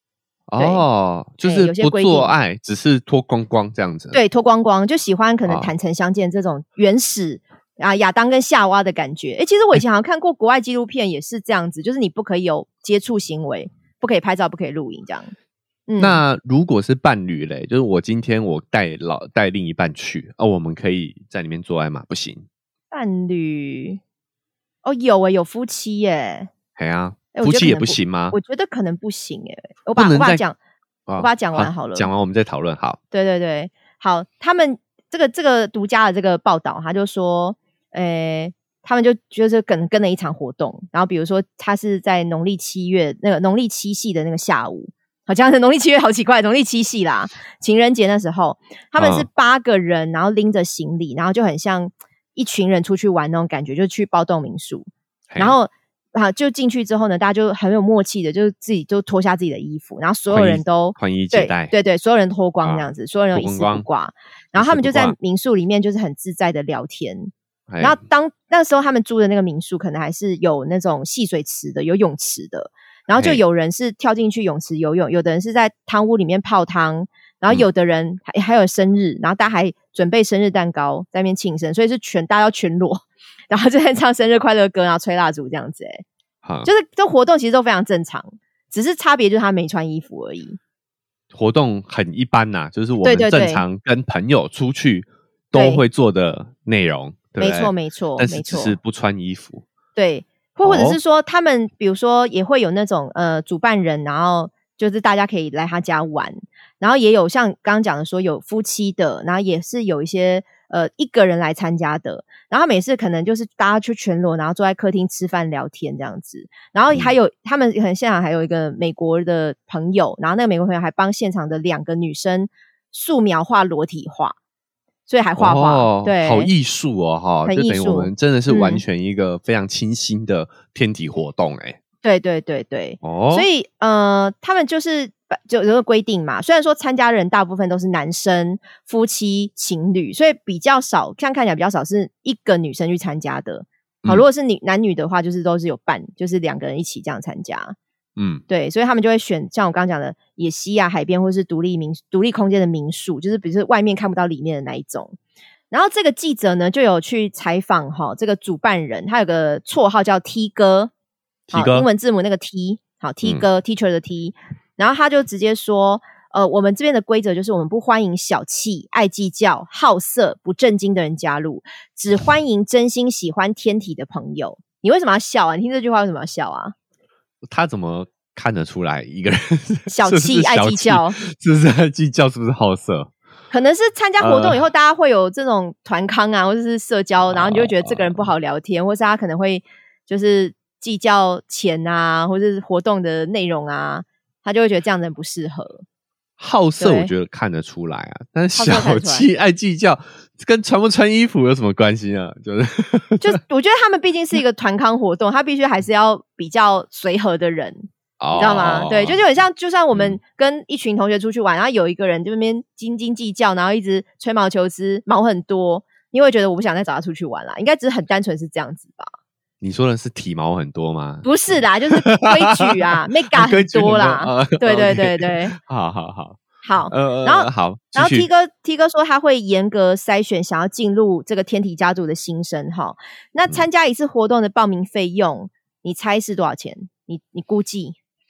就是不做爱，只是脱光光这样子。 对，脱光光，就喜欢可能坦诚相见这种原始亚当跟夏娃的感觉。其实我以前好像看过国外纪录片也是这样子，就是你不可以有接触行为，不可以拍照，不可以录影这样。 那如果是伴侣嘞，就是我今天我带另一半去我们可以在里面做爱吗？不行。 伴侣有夫妻耶。 夫妻也不行吗？ 我觉得可能不行我把它讲完好了， 讲完我们再讨论。好， 对对对，好，他们这个独家的这个报道，他就说，他们就是跟了一场活动，然后比如说他是在农历7月那个农历7夕的那个下午，好像是农历7月，好奇怪，农历7夕啦，情人节那时候，他们是8个人，然后拎着行李，然后就很像一群人出去玩那种感觉，就去包栋民宿，然后就进去之后呢，大家就很有默契的，就是自己就脱下自己的衣服，然后所有人都宽衣解带， 对，所有人脱光这样子，所有人都一丝不挂，然后他们就在民宿里面就是很自在的聊天。然后那时候他们租的那个民宿可能还是有那种戏水池的，有泳池的，然后就有人是跳进去泳池游泳，有的人是在汤屋里面泡汤，然后有的人还有生日，然后大家还准备生日蛋糕在那边庆生，所以是大家要全裸，然后就在唱生日快乐歌，然后吹蜡烛这样子就是这活动其实都非常正常，只是差别就是他没穿衣服而已。 活动很一般就是我们正常跟朋友出去都会做的内容，对不对？ 没错， 但是只是不穿衣服。 对，或者是说他们比如说也会有那种主办人，然后就是大家可以来他家玩，然后也有像刚刚讲的说有夫妻的，然后也是有一些一个人来参加的，然后每次可能就是大家去全裸，然后坐在客厅吃饭聊天这样子，然后还有他们可能现场还有一个美国的朋友，然后那个美国朋友还帮现场的2个女生素描画裸体画，所以还画画，对， 好艺术很艺术， 就等于我们真的是完全一个非常清新的天体活动对对对对，所以他们就是有个规定嘛，虽然说参加人大部分都是男生、夫妻、情侣，所以比较少，看起来比较少是一个女生去参加的。好，如果是男女的话，就是都是有伴，就是2个人一起这样参加。对，所以他们就会选像我刚刚讲的野溪海边或是独立空间的民宿，就是比如说外面看不到里面的那一种。然后这个记者呢就有去采访这个主办人，他有个绰号叫 T 哥，英文字母那个 T， 好 T 哥，teacher 的 T， 然后他就直接说我们这边的规则就是我们不欢迎小气、爱计较、好色、不正经的人加入，只欢迎真心喜欢天体的朋友。你为什么要笑啊？你听这句话为什么要笑啊？ 他怎么看得出来一个人小气爱计较？ 是不是爱计较？是不是好色？ 可能是参加活动以后，大家会有这种团康啊，或者是社交，然后你就会觉得这个人不好聊天，或是他可能会就是计较钱啊，或者是活动的内容啊，他就会觉得这样的人不适合。 好色我觉得看得出来但是小气爱计较跟穿不穿衣服有什么关系啊？就我觉得他们毕竟是一个团康活动，他必须还是要比较随和的人。你知道吗？对，就很像，就算我们跟一群同学出去玩，然后有一个人就那边斤斤计较，然后一直吹毛求疵，毛很多，你会觉得我不想再找他出去玩啦。应该只是很单纯是这样子吧？ 你说的是体毛很多吗？ 不是啦，就是规矩啊，mega 很多啦。对对对对， 好， 然后好， 然后 T 哥说他会严格筛选想要进入这个天体家族的新生哈。那参加一次活动的报名费用，你猜是多少钱？你估计？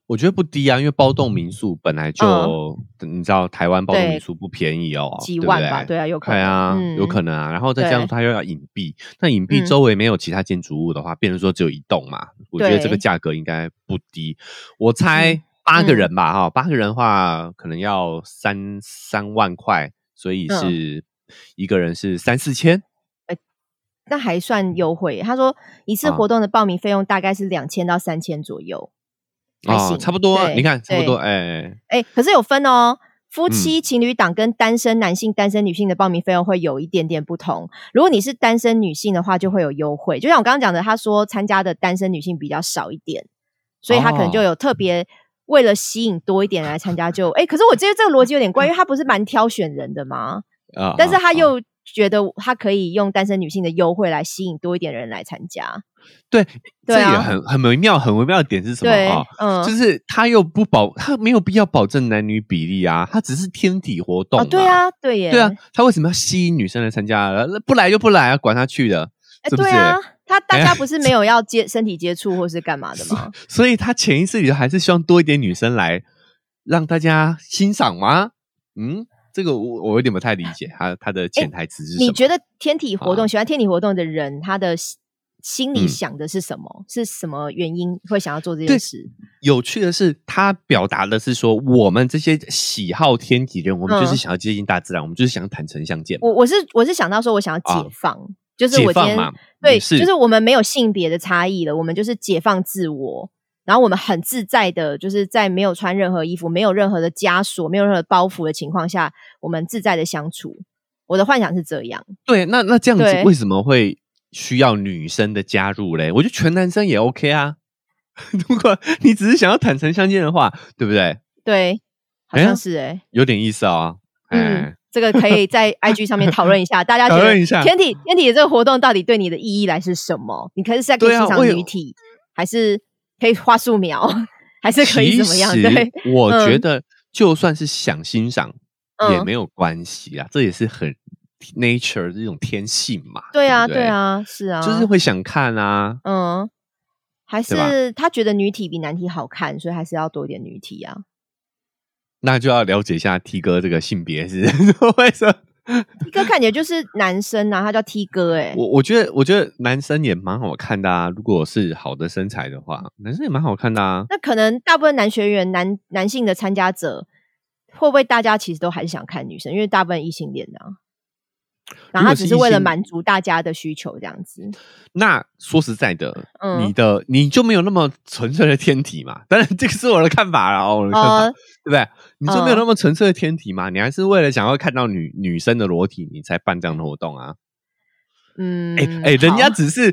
我觉得不低啊，因为包栋民宿本来就，你知道台湾包栋民宿不便宜哦， 几万吧，对啊，有可能啊，有可能啊。然后再加上它又要隐蔽，那隐蔽周围没有其他建筑物的话，变成说只有一栋嘛，我觉得这个价格应该不低。我猜8个人吧，8个人的话可能要3万块，所以是一个人是3、4千。 那还算优惠。他说一次活动的报名费用大概是2000到3000左右。 差不多，你看差不多， 可是有分哦，夫妻、情侣档跟单身男性、单身女性的报名费用会有一点点不同。如果你是单身女性的话，就会有优惠。就像我刚刚讲的，他说参加的单身女性比较少一点，所以他可能就有特别为了吸引多一点来参加就。可是我觉得这个逻辑有点怪，因为他不是蛮挑选人的吗？但是他又觉得他可以用单身女性的优惠来吸引多一点人来参加。 对，这也很微妙的点是什么就是他没有必要保证男女比例啊，他只是天体活动嘛。 对啊，对耶， 对啊，他为什么要吸引女生来参加？不来就不来啊，管他去的，是不是？ 对啊，大家不是没有要身体接触或是干嘛的吗？ 所以他潜意识里还是希望多一点女生来让大家欣赏吗？这个我有点不太理解他的潜台词是什么？ 你觉得天体活动喜欢天体活动的人，他的心里想的是什么？是什么原因会想要做这件事？ 有趣的是，他表达的是说，我们这些喜好天体的人，我们就是想要接近大自然，我们就是想坦诚相见。 我是想到说，我想要解放，就是我今天对，就是我们没有性别的差异了，我们就是解放自我。然后我们很自在的，就是在没有穿任何衣服、没有任何的枷锁、没有任何包袱的情况下，我们自在的相处。我的幻想是这样。 对，那这样子为什么会需要女生的加入嘞？我觉得全男生也 OK 啊。如果你只是想要坦诚相见的话，对不对？ 对，好像是有点意思啊。 这个可以在 IG 上面讨论一下，大家觉得天体的这个活动到底对你的意义来是什么？你可以是在欣赏女体，还是可以画素描，还是可以怎么样？对， 我觉得就算是想欣赏也没有关系啦，这也是很 nature 这种天性嘛。 对啊， 对不对？ 对啊，是啊， 就是会想看啊。 还是他觉得女体比男体好看，所以还是要多一点女体啊。 那就要了解一下 T 哥这个性别是为什么 ？T 哥看起来就是男生啊，他叫 T 哥我觉得男生也蛮好看的啊，如果是好的身材的话，男生也蛮好看的啊。 那可能大部分男学员男性的参加者，会不会大家其实都还是想看女生？因为大部分异性恋的然后他只是为了满足大家的需求这样子。 那说实在的，你就没有那么纯粹的天体嘛？当然这个是我的看法啦，我的看法，对不对？你就没有那么纯粹的天体嘛？你还是为了想要看到女生的裸体，你才办这样的活动啊？人家只是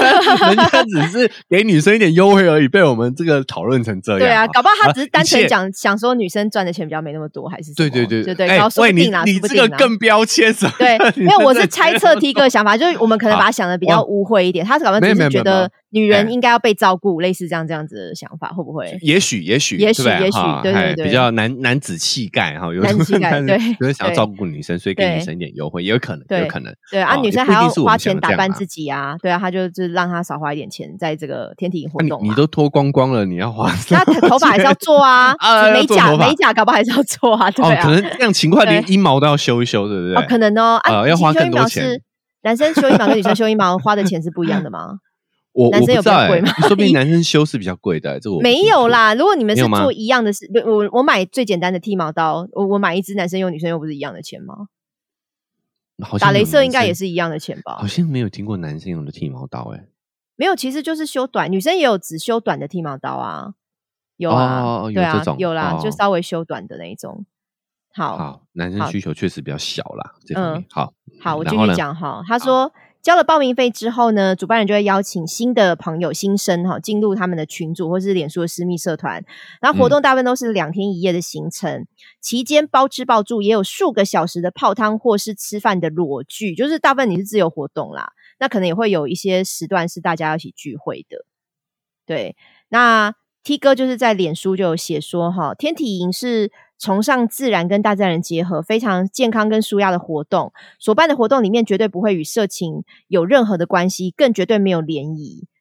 给女生一点优惠而已，被我们这个讨论成这样。 对啊，搞不好他只是单纯想说女生赚的钱比较没那么多，还是什么？对，然后说不定啦， 你这个更标签什么？ 对，没有，我是猜测 T 哥的想法，就是我们可能把他想的比较污秽一点，他是搞不好只是觉得女人应该要被照顾，类似这样子的想法，会不会？ 也许，对，比较男子气概哈，有男子气概，对， 就是想要照顾女生，所以给女生一点优惠，也有可能， 对啊，女生还要花钱打扮自己啊，对啊，他就是让他少花一点钱在这个天体活动。 你都脱光光了，你要花？ 那头发还是要做啊，美甲搞不好还是要做啊，对啊。 可能这样勤快，连阴毛都要修一修，对不对？ 可能要花更多钱。 男生修阴毛跟女生修阴毛花的钱是不一样的吗？男生有比较贵吗？ 说不定男生修是比较贵的，这我没有啦。如果你们是做一样的事，我买最简单的剃毛刀，我买一支男生用女生用不是一样的钱吗？打雷射应该也是一样的钱吧？ 好像没有听过男生用的剃毛刀没有，其实就是修短，女生也有只修短的剃毛刀啊，有啊，对啊，有啦，就稍微修短的那一种。好， 男生需求确实比较小啦，这方面好，我继续讲哈。他说，交了报名费之后呢，主办人就会邀请新的朋友、新生进入他们的群组或是脸书的私密社团。然后活动大部分都是2天1夜的行程，期间包吃包住，也有数个小时的泡汤或是吃饭的裸聚，就是大部分你是自由活动啦。那可能也会有一些时段是大家一起聚会的。对，那 T 哥就是在脸书就有写说天体营是崇尚自然跟大自然结合，非常健康跟舒压的活动，所办的活动里面绝对不会与色情有任何的关系，更绝对没有联谊。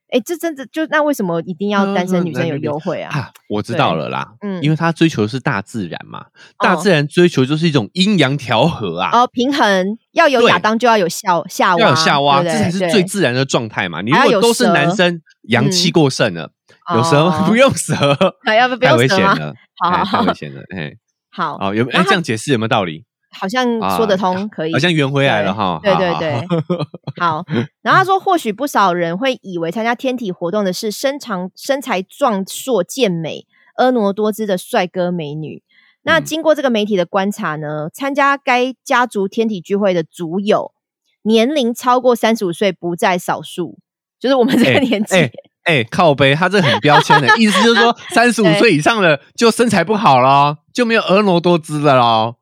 这真的就那为什么一定要单身女生有优惠啊？ 我知道了啦，因为他追求的是大自然嘛，大自然追求就是一种阴阳调和啊， 平衡，要有亚当就要有夏娃， 要有夏娃， 对对， 这才是最自然的状态嘛。你如果都是男生，阳气过剩了，有蛇不用蛇， 要不用蛇吗？好， 太危险了，好，有这样解释有没有道理？ 好像说得通，可以， 好像圆回来了哈。 对，好。然后他说，或许不少人会以为参加天体活动的是身材壮硕、健美、婀娜多姿的帅哥美女。那经过这个媒体的观察呢，参加该家族天体聚会的族友，年龄超过35岁不在少数，就是我们这个年纪。 靠北，他这很标签的意思就是说，35岁以上的就身材不好了，就没有婀娜多姿的咯。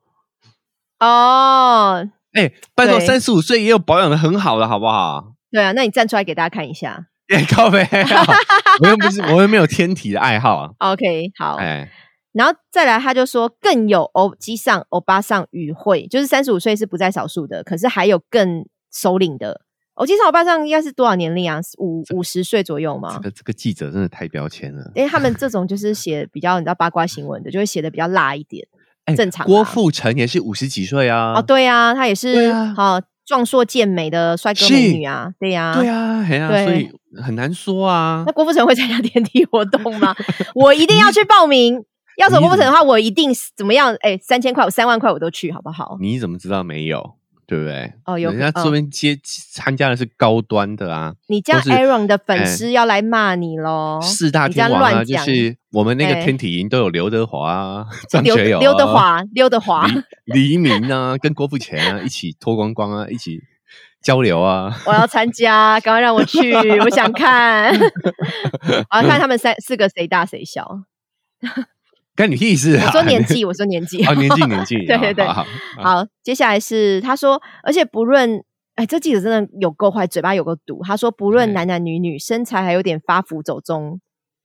拜托，35岁也有保养的很好的，好不好？ 对啊，那你站出来给大家看一下。 靠北，我又没有天体的爱好。 OK， 好。然后再来，他就说更有欧巴桑与会，就是35岁是不在少数的，可是还有更首领的。欧巴桑应该是多少年龄啊？50岁左右吗？ 这个记者真的太标签了。 因为他们这种就是写比较你知道八卦新闻的，就会写的比较辣一点。正常。 郭富城也是50几岁啊。 对啊，他也是壮硕健美的帅哥美女啊。对啊， 所以很难说啊。 那郭富城会参加天体活动吗？我一定要去报名。要是郭富城的话，我一定怎么样？3000块、3万块我都去，好不好？ 你怎么知道没有？对不对？ 有人家这边参加的是高端的啊。 你这样 Aaron 的粉丝要来骂你咯。 四大天王啊，就是我们那个天体营都有刘德华啊、张学友、 刘德华、 黎明啊，跟郭富城啊一起脱光光啊，一起交流啊。 我要参加，赶快让我去，我想看。我要看他们四个谁大谁小。 干你屁事啊！ 我说年纪， 年纪。 对。好，接下来是他说，而且不论，这记者真的有够坏，嘴巴有够毒。他说，不论男女，身材还有点发福走中，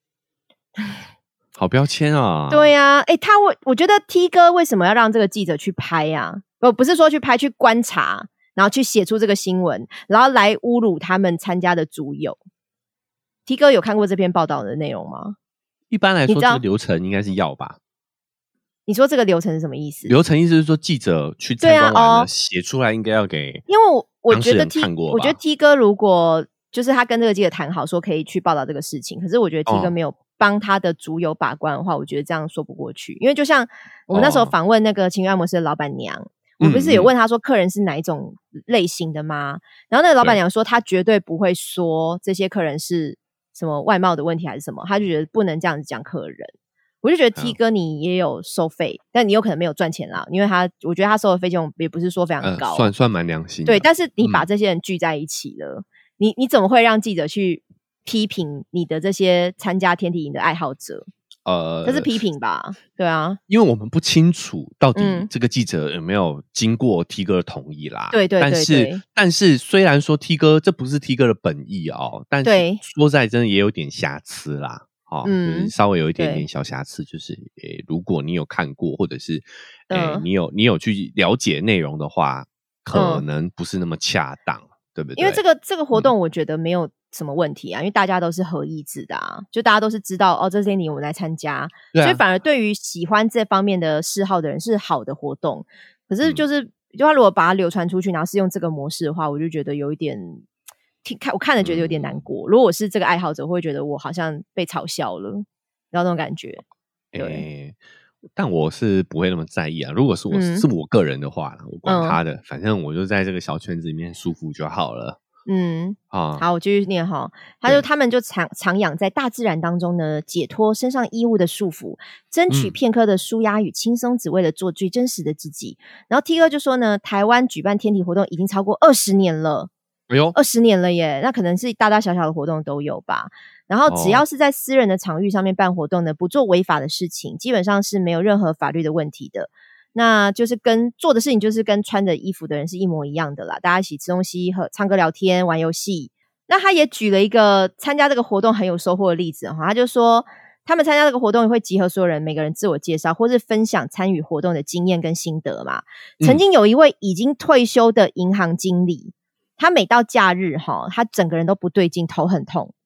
好标签啊！ 对啊，我觉得 T 哥为什么要让这个记者去拍啊？不是说去拍，去观察，然后去写出这个新闻，然后来侮辱他们参加的族友。T 哥有看过这篇报道的内容吗？ 一般来说，这个流程应该是要吧？ 你说这个流程是什么意思？ 流程意思是说，记者去参观完了，写出来应该要给， 因为我觉得 T 哥如果就是他跟这个记者谈好，说可以去报道这个事情，可是我觉得 T 哥没有帮他的族友把关的话，我觉得这样说不过去。因为就像我们那时候访问那个情欲按摩师的老板娘，我不是有问他说客人是哪一种类型的吗？然后那个老板娘说，他绝对不会说这些客人是什么外貌的问题还是什么，他就觉得不能这样子讲客人。我就觉得 T 哥你也有收费，但你有可能没有赚钱啦，因为我觉得他收的费用也不是说非常高， 算蛮良心的。 对，但是你把这些人聚在一起了，你怎么会让记者去批评你的这些参加天体营的爱好者？这是批评吧？对啊， 因为我们不清楚到底这个记者有没有经过 T 哥的同意啦。 对， 但是虽然说 T 哥这不是 T 哥的本意但是说在真的也有点瑕疵啦。就是稍微有一点点小瑕疵，就是如果你有看过，或者是你有去了解内容的话，可能不是那么恰当，对不对？ 因为这个活动，我觉得没有什么问题啊，因为大家都是合意志的啊，就大家都是知道这些我们来参加，所以反而对于喜欢这方面的嗜好的人是好的活动。可是就他如果把它流传出去，然后是用这个模式的话，我就觉得有一点。我看了觉得有点难过。如果我是这个爱好者，我会觉得我好像被嘲笑了，然后那种感觉。对， 但我是不会那么在意啊。如果是我个人的话，我管他的，反正我就在这个小圈子里面舒服就好了。 好，我继续念哈。他们就徜徉在大自然当中呢，解脱身上衣物的束缚，争取片刻的舒压与轻松，只为了做最真实的自己。然后 T 哥就说呢，台湾举办天体活动已经超过20年了。20年了耶，那可能是大大小小的活动都有吧。然后只要是在私人的场域上面办活动呢，不做违法的事情，基本上是没有任何法律的问题的。那就是做的事情就是跟穿着衣服的人是一模一样的啦，大家一起吃东西、唱歌、聊天、玩游戏。那他也举了一个参加这个活动很有收获的例子他就说他们参加这个活动也会集合所有人，每个人自我介绍或是分享参与活动的经验跟心得嘛。曾经有一位已经退休的银行经理，他每到假日他整个人都不对劲，头很痛，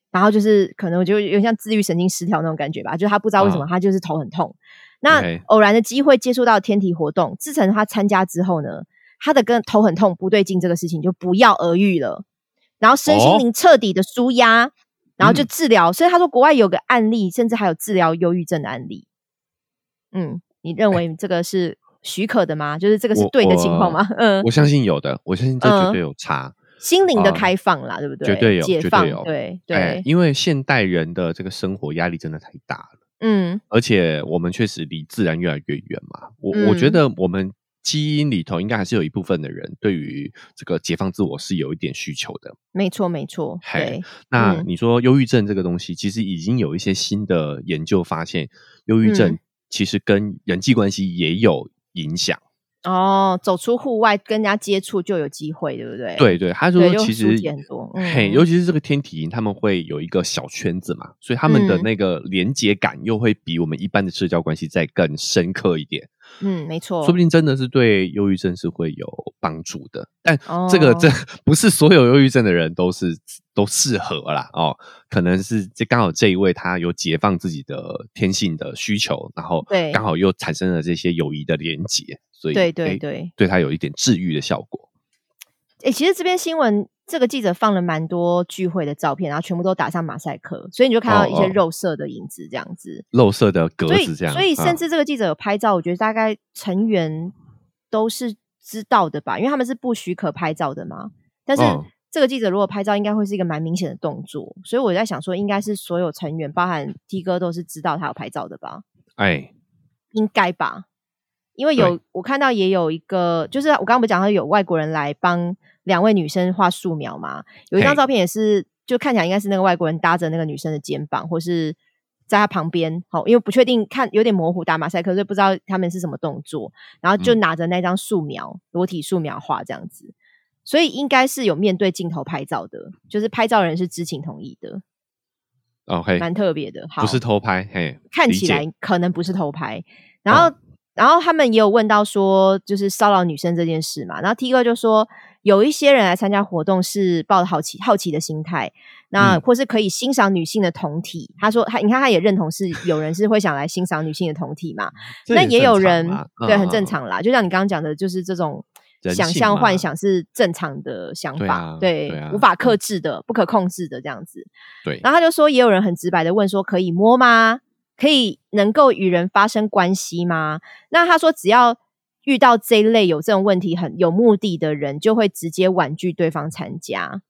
然后就是可能我觉得有点像自律神经失调那种感觉吧，就是他不知道为什么他就是头很痛。那偶然的机会接触到天体活动，自从他参加之后呢，他的跟头很痛不对劲这个事情就不药而愈了，然后身心灵彻底的抒压，然后就治疗。所以他说国外有个案例，甚至还有治疗忧郁症的案例。你认为这个是许可的吗？就是这个是对的情况吗？ 我相信有的，我相信这绝对有差。 心灵的开放啦，对不对？ 绝对有， 解放， 绝对有。 对， 因为现代人的这个生活压力真的太大了。而且我们确实离自然越来越远嘛。我觉得我们基因里头应该还是有一部分的人对于这个解放自我是有一点需求的。 没错，没错。对， 那你说忧郁症这个东西，其实已经有一些新的研究发现，忧郁症其实跟人际关系也有影响。 走出户外跟人家接触就有机会，对不对？ 对对，他说其实很多， 尤其是这个天体营，他们会有一个小圈子嘛，所以他们的那个连结感又会比我们一般的社交关系再更深刻一点。 没错， 说不定真的是对忧郁症是会有帮助的，但这不是所有忧郁症的人都适合啦。可能是刚好这一位他有解放自己的天性的需求，然后刚好又产生了这些友谊的连结，所以对他有一点治愈的效果。 其实这边新闻这个记者放了蛮多聚会的照片，然后全部都打上马赛克，所以你就看到一些肉色的影子这样子， 肉色的格子这样。 所以甚至这个记者有拍照，我觉得大概成员都是知道的吧，因为他们是不许可拍照的嘛。但是这个记者如果拍照，应该会是一个蛮明显的动作，所以我在想说，应该是所有成员，包含 T 哥都是知道他有拍照的吧？应该吧。因为我看到也有一个，就是我刚刚不是讲到有外国人来帮2位女生画素描嘛，有一张照片也是就看起来应该是那个外国人搭着那个女生的肩膀，或是在她旁边，因为不确定，看有点模糊打马赛克，所以不知道他们是什么动作，然后就拿着那张素描裸体素描画这样子，所以应该是有面对镜头拍照的，就是拍照人是知情同意的。蛮特别的， 不是偷拍， 看起来可能不是偷拍。然后他们也有问到说，就是骚扰女生这件事嘛。然后 T 哥就说，有一些人来参加活动是抱着好奇的心态，那或是可以欣赏女性的同体。他说，你看他也认同是有人是会想来欣赏女性的同体嘛。那也有人对，很正常啦。就像你刚刚讲的，就是这种想象幻想是正常的想法，对，无法克制的、不可控制的这样子。 对。然后他就说，也有人很直白的问说，可以摸吗？可以能够与人发生关系吗？那他说只要遇到这一类有这种问题很有目的的人，就会直接婉拒对方参加。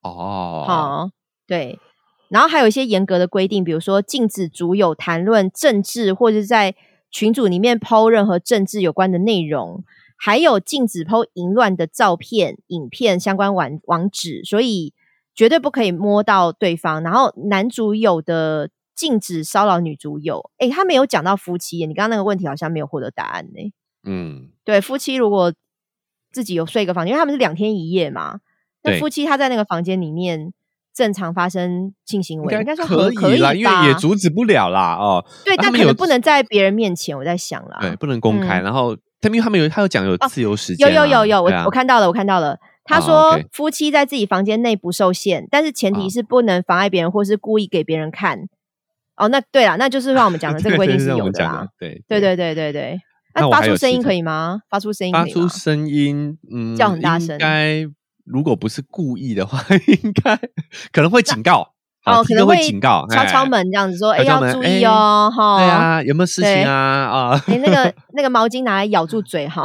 对。然后还有一些严格的规定，比如说禁止组友谈论政治，或者在群组里面 po 任何政治有关的内容，还有禁止 po 淫乱的照片、影片相关网址，所以绝对不可以摸到对方。然后男组友的禁止骚扰女组友。他没有讲到夫妻耶，你刚刚那个问题好像没有获得答案呢。对，夫妻如果自己有睡一个房间，因为他们是2天1夜嘛，那夫妻他在那个房间里面正常发生性行为，应该说可以啦， 因为也阻止不了啦。 对，但可能不能在别人面前，我在想啦， 对，不能公开。然后他有讲有自由时间， 有，我看到了。他说夫妻在自己房间内不受限，但是前提是不能妨碍别人或是故意给别人看。那对啦，那就是让我们讲的这个规定是有的啦。对。那发出声音可以吗？发出声音，叫很大声。 应该如果不是故意的话，应该可能会警告。 可能会警告， 敲门这样子说，要注意哦， 对啊，有没有事情啊？ 那个毛巾拿来咬住嘴哈，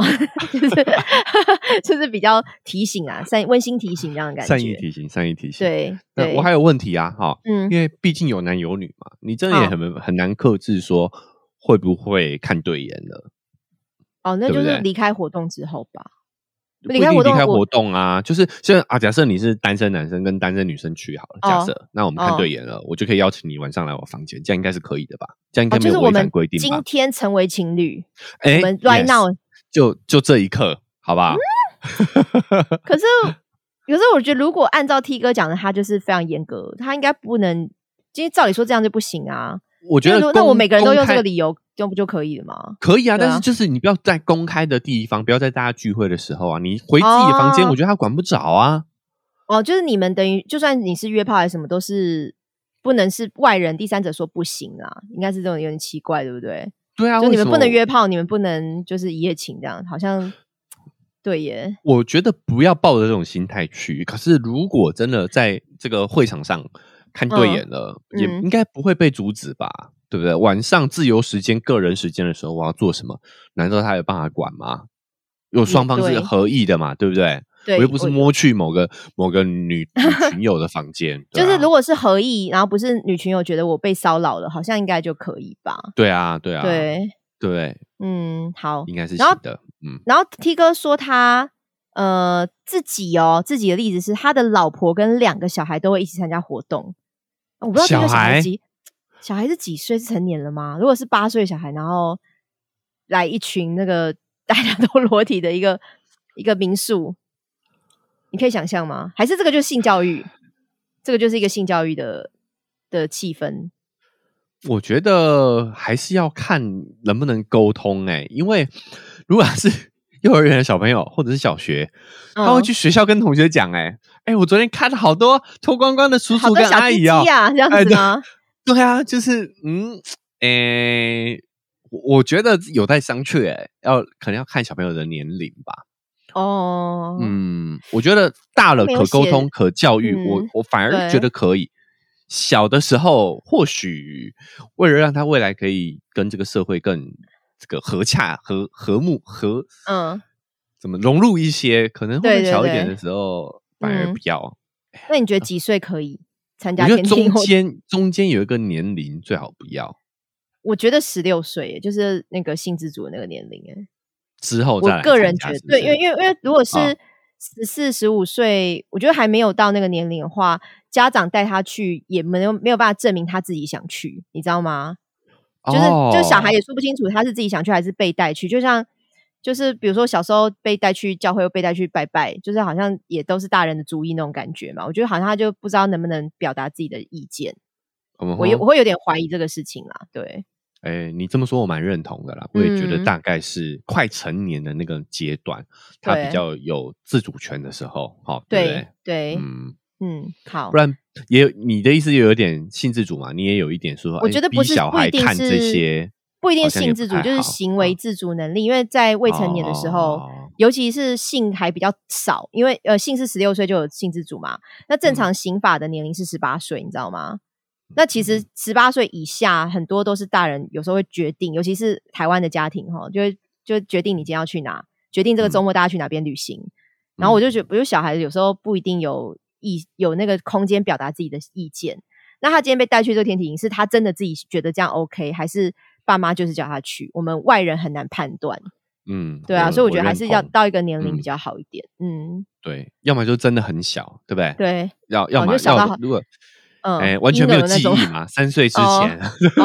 就是比较提醒啊，温馨提醒这样的感觉， 善意提醒。 对， 我还有问题啊，因为毕竟有男有女嘛，你真的也很难克制说会不会看对眼了。 那就是离开活动之后吧。 离开活动啊，就是现在假设你是单身男生跟单身女生去好了，假设那我们看对眼了，我就可以邀请你晚上来我房间，这样应该是可以的吧？这样应该没有违反规定吧？ 就是我们今天成为情侣，我们 right now 就这一刻，好吧？ 可是我觉得，如果按照 T 哥讲的，他就是非常严格，他应该不能，因为照理说这样就不行啊。 我觉得那我每个人都用这个理由，这不就可以了吗？ 可以啊，但是就是你不要在公开的地方，不要在大家聚会的时候啊，你回自己的房间，我觉得他管不着啊。 就是你们等于就算你是约炮还是什么，都是不能是外人第三者说不行啦，应该是这种有点奇怪，对不对？ 对啊， 就你们不能约炮，你们不能就是一夜情这样，好像对耶。 我觉得不要抱着这种心态去，可是如果真的在这个会场上看对眼了，也应该不会被阻止吧？对不对？晚上自由时间、个人时间的时候，我要做什么？难道他有办法管吗？有双方是合意的嘛，对不对？我又不是摸去某个女群友的房间， 就是如果是合意，然后不是女群友觉得我被骚扰了，好像应该就可以吧？ 对啊，对， 好， 应该是行的。 然后 T 哥说他自己的例子是他的老婆跟2个小孩都会一起参加活动。我不知道这个小孩是几岁？是成年了吗？如果是8岁小孩，然后来一群那个大家都裸体的一个民宿，你可以想象吗？还是这个就是性教育？这个就是一个性教育的气氛。 我觉得还是要看能不能沟通因为如果是幼儿园的小朋友或者是小学，他会去学校跟同学讲我昨天看了好多脱光光的叔叔跟阿姨这样子吗？ 对啊，就是我觉得有待商榷可能要看小朋友的年龄吧。我觉得大了可沟通可教育，我反而觉得可以。小的时候或许为了让他未来可以跟这个社会更这个和洽和睦怎么融入一些，可能会小一点的时候反而不要。 那你觉得几岁可以参加天体？ 中间有一个年龄最好不要。 我觉得16岁就是那个性自主的那个年龄之后再来。 我个人觉得对，因为如果是14、15岁，我觉得还没有到那个年龄的话，家长带他去也没有办法证明他自己想去，你知道吗？就是小孩也说不清楚他是自己想去还是被带去，就是比如说小时候被带去教会，被带去拜拜，就是好像也都是大人的主意那种感觉嘛。我觉得好像他就不知道能不能表达自己的意见，我会有点怀疑这个事情啦。对。 你这么说我蛮认同的啦，我也觉得大概是快成年的那个阶段，他比较有自主权的时候，对不对？ 对，好， 不然你的意思也有点性自主嘛，你也有一点说， 我觉得逼小孩看这些， 不一定性自主，就是行为自主能力，因为在未成年的时候，尤其是性还比较少，因为性是16岁就有性自主嘛，那正常刑法的年龄是18岁，你知道吗？那其实18岁以下很多都是大人有时候会决定，尤其是台湾的家庭就决定你今天要去哪，决定这个周末大家去哪边旅行。然后我就觉得小孩有时候不一定有那个空间表达自己的意见。那他今天被带去这个天体营，是他真的自己觉得这样 OK， 还是爸妈就是叫他去？我们外人很难判断。对啊，所以我觉得还是要到一个年龄比较好一点。 对，要么就真的很小，对不对？ 对， 要么如果完全没有记忆嘛，3岁之前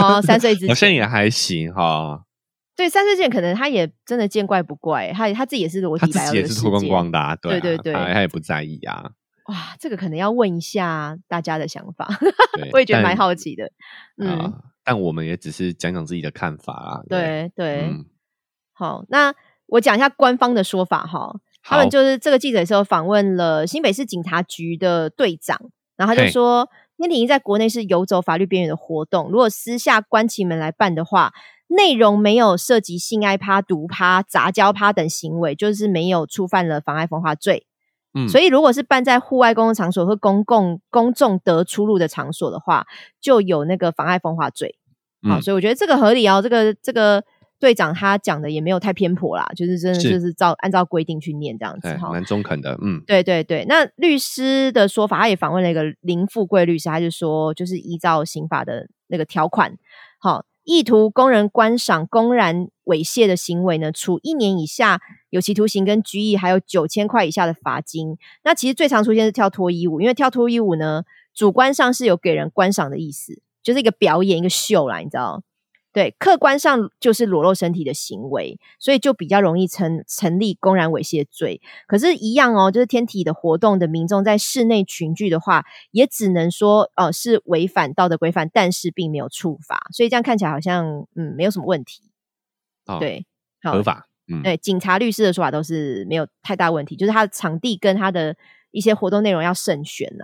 3岁之前好像也还行哈。 对，3岁之前可能他也真的见怪不怪，他自己也是裸体来到这个世界， 他自己也是脱光光的对， 他也不在意啊。 哇，这个可能要问一下大家的想法，我也觉得蛮好奇的。 但我们也只是讲讲自己的看法啊。 对，好，那我讲一下官方的说法哈。他们就是这个记者的时候访问了新北市警察局的队长，然后他就说，天体营在国内是游走法律边缘的活动，如果私下关起门来办的话，内容没有涉及性爱趴、毒趴、杂交趴等行为，就是没有触犯了妨碍风化罪。所以如果是办在户外公共场所或公众得出入的场所的话，就有那个妨碍风化罪。好，所以我觉得这个合理哦。这个队长他讲的也没有太偏颇啦，就是真的就是按照规定去念这样子哈， 蛮中肯的。 对。那律师的说法，他也访问了一个林富贵律师，他就说，就是依照刑法的那个条款，好，意图供人观赏、公然猥亵的行为呢，处1年以下有期徒刑跟拘役，还有9000块以下的罚金。那其实最常出现是跳脱衣舞，因为跳脱衣舞呢，主观上是有给人观赏的意思，就是一个表演、一个秀啦，你知道。对，客观上就是裸露身体的行为，所以就比较容易成立公然猥亵罪。可是，一样哦，就是天体的活动的民众在室内群聚的话，也只能说是违反道德规范，但是并没有触法，所以这样看起来好像没有什么问题。对， 合法。 对，警察、律师的说法都是没有太大问题，就是他的场地跟他的一些活动内容要慎选啊。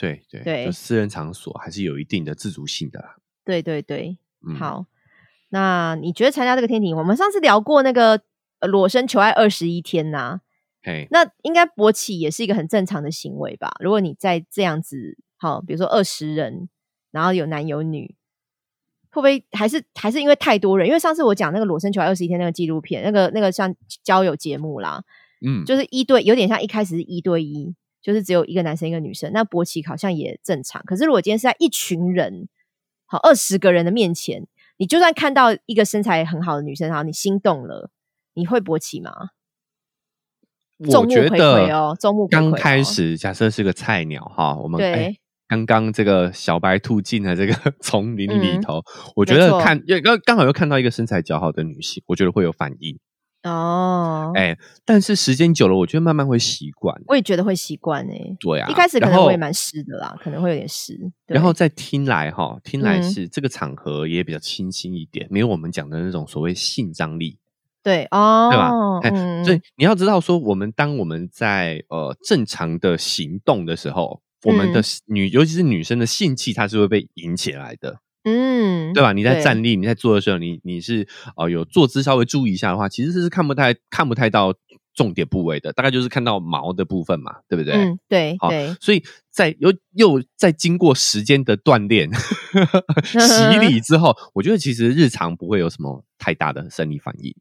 对对对，就私人场所还是有一定的自主性的啦。 对对对，好，那你觉得参加这个天体营，我们上次聊过那个裸身求爱21天呐，那应该勃起也是一个很正常的行为吧？如果你在这样子，好，比如说20人，然后有男有女，会不会还是因为太多人？因为上次我讲那个裸身求爱21天那个纪录片，那个像交友节目啦，就是1对，有点像一开始是1对1，就是只有一个男生一个女生，那勃起好像也正常。可是如果今天是在一群人，好20个人的面前，你就算看到一个身材很好的女生，好，你心动了，你会勃起吗？ 我觉得刚开始假设是个菜鸟哈，我们刚刚这个小白兔进了这个丛林里头，我觉得刚好又看到一个身材姣好的女性，我觉得会有反应哦。但是时间久了，我觉得慢慢会习惯。 我也觉得会习惯对啊，一开始可能会蛮湿的啦，可能会有点湿。 然后再听来是这个场合也比较清新一点，没有我们讲的那种所谓性张力。 对哦， 对吧？所以你要知道说，当我们在正常的行动的时候，我们的尤其是女生的性气，它是会被引起来的，对吧？你在站立，你在做的时候，你是有坐姿稍微注意一下的话，其实是看不太到重点部位的，大概就是看到毛的部分嘛，对不对？ 对对。 所以又在经过时间的锻炼洗礼之后，我觉得其实日常不会有什么太大的生理反应。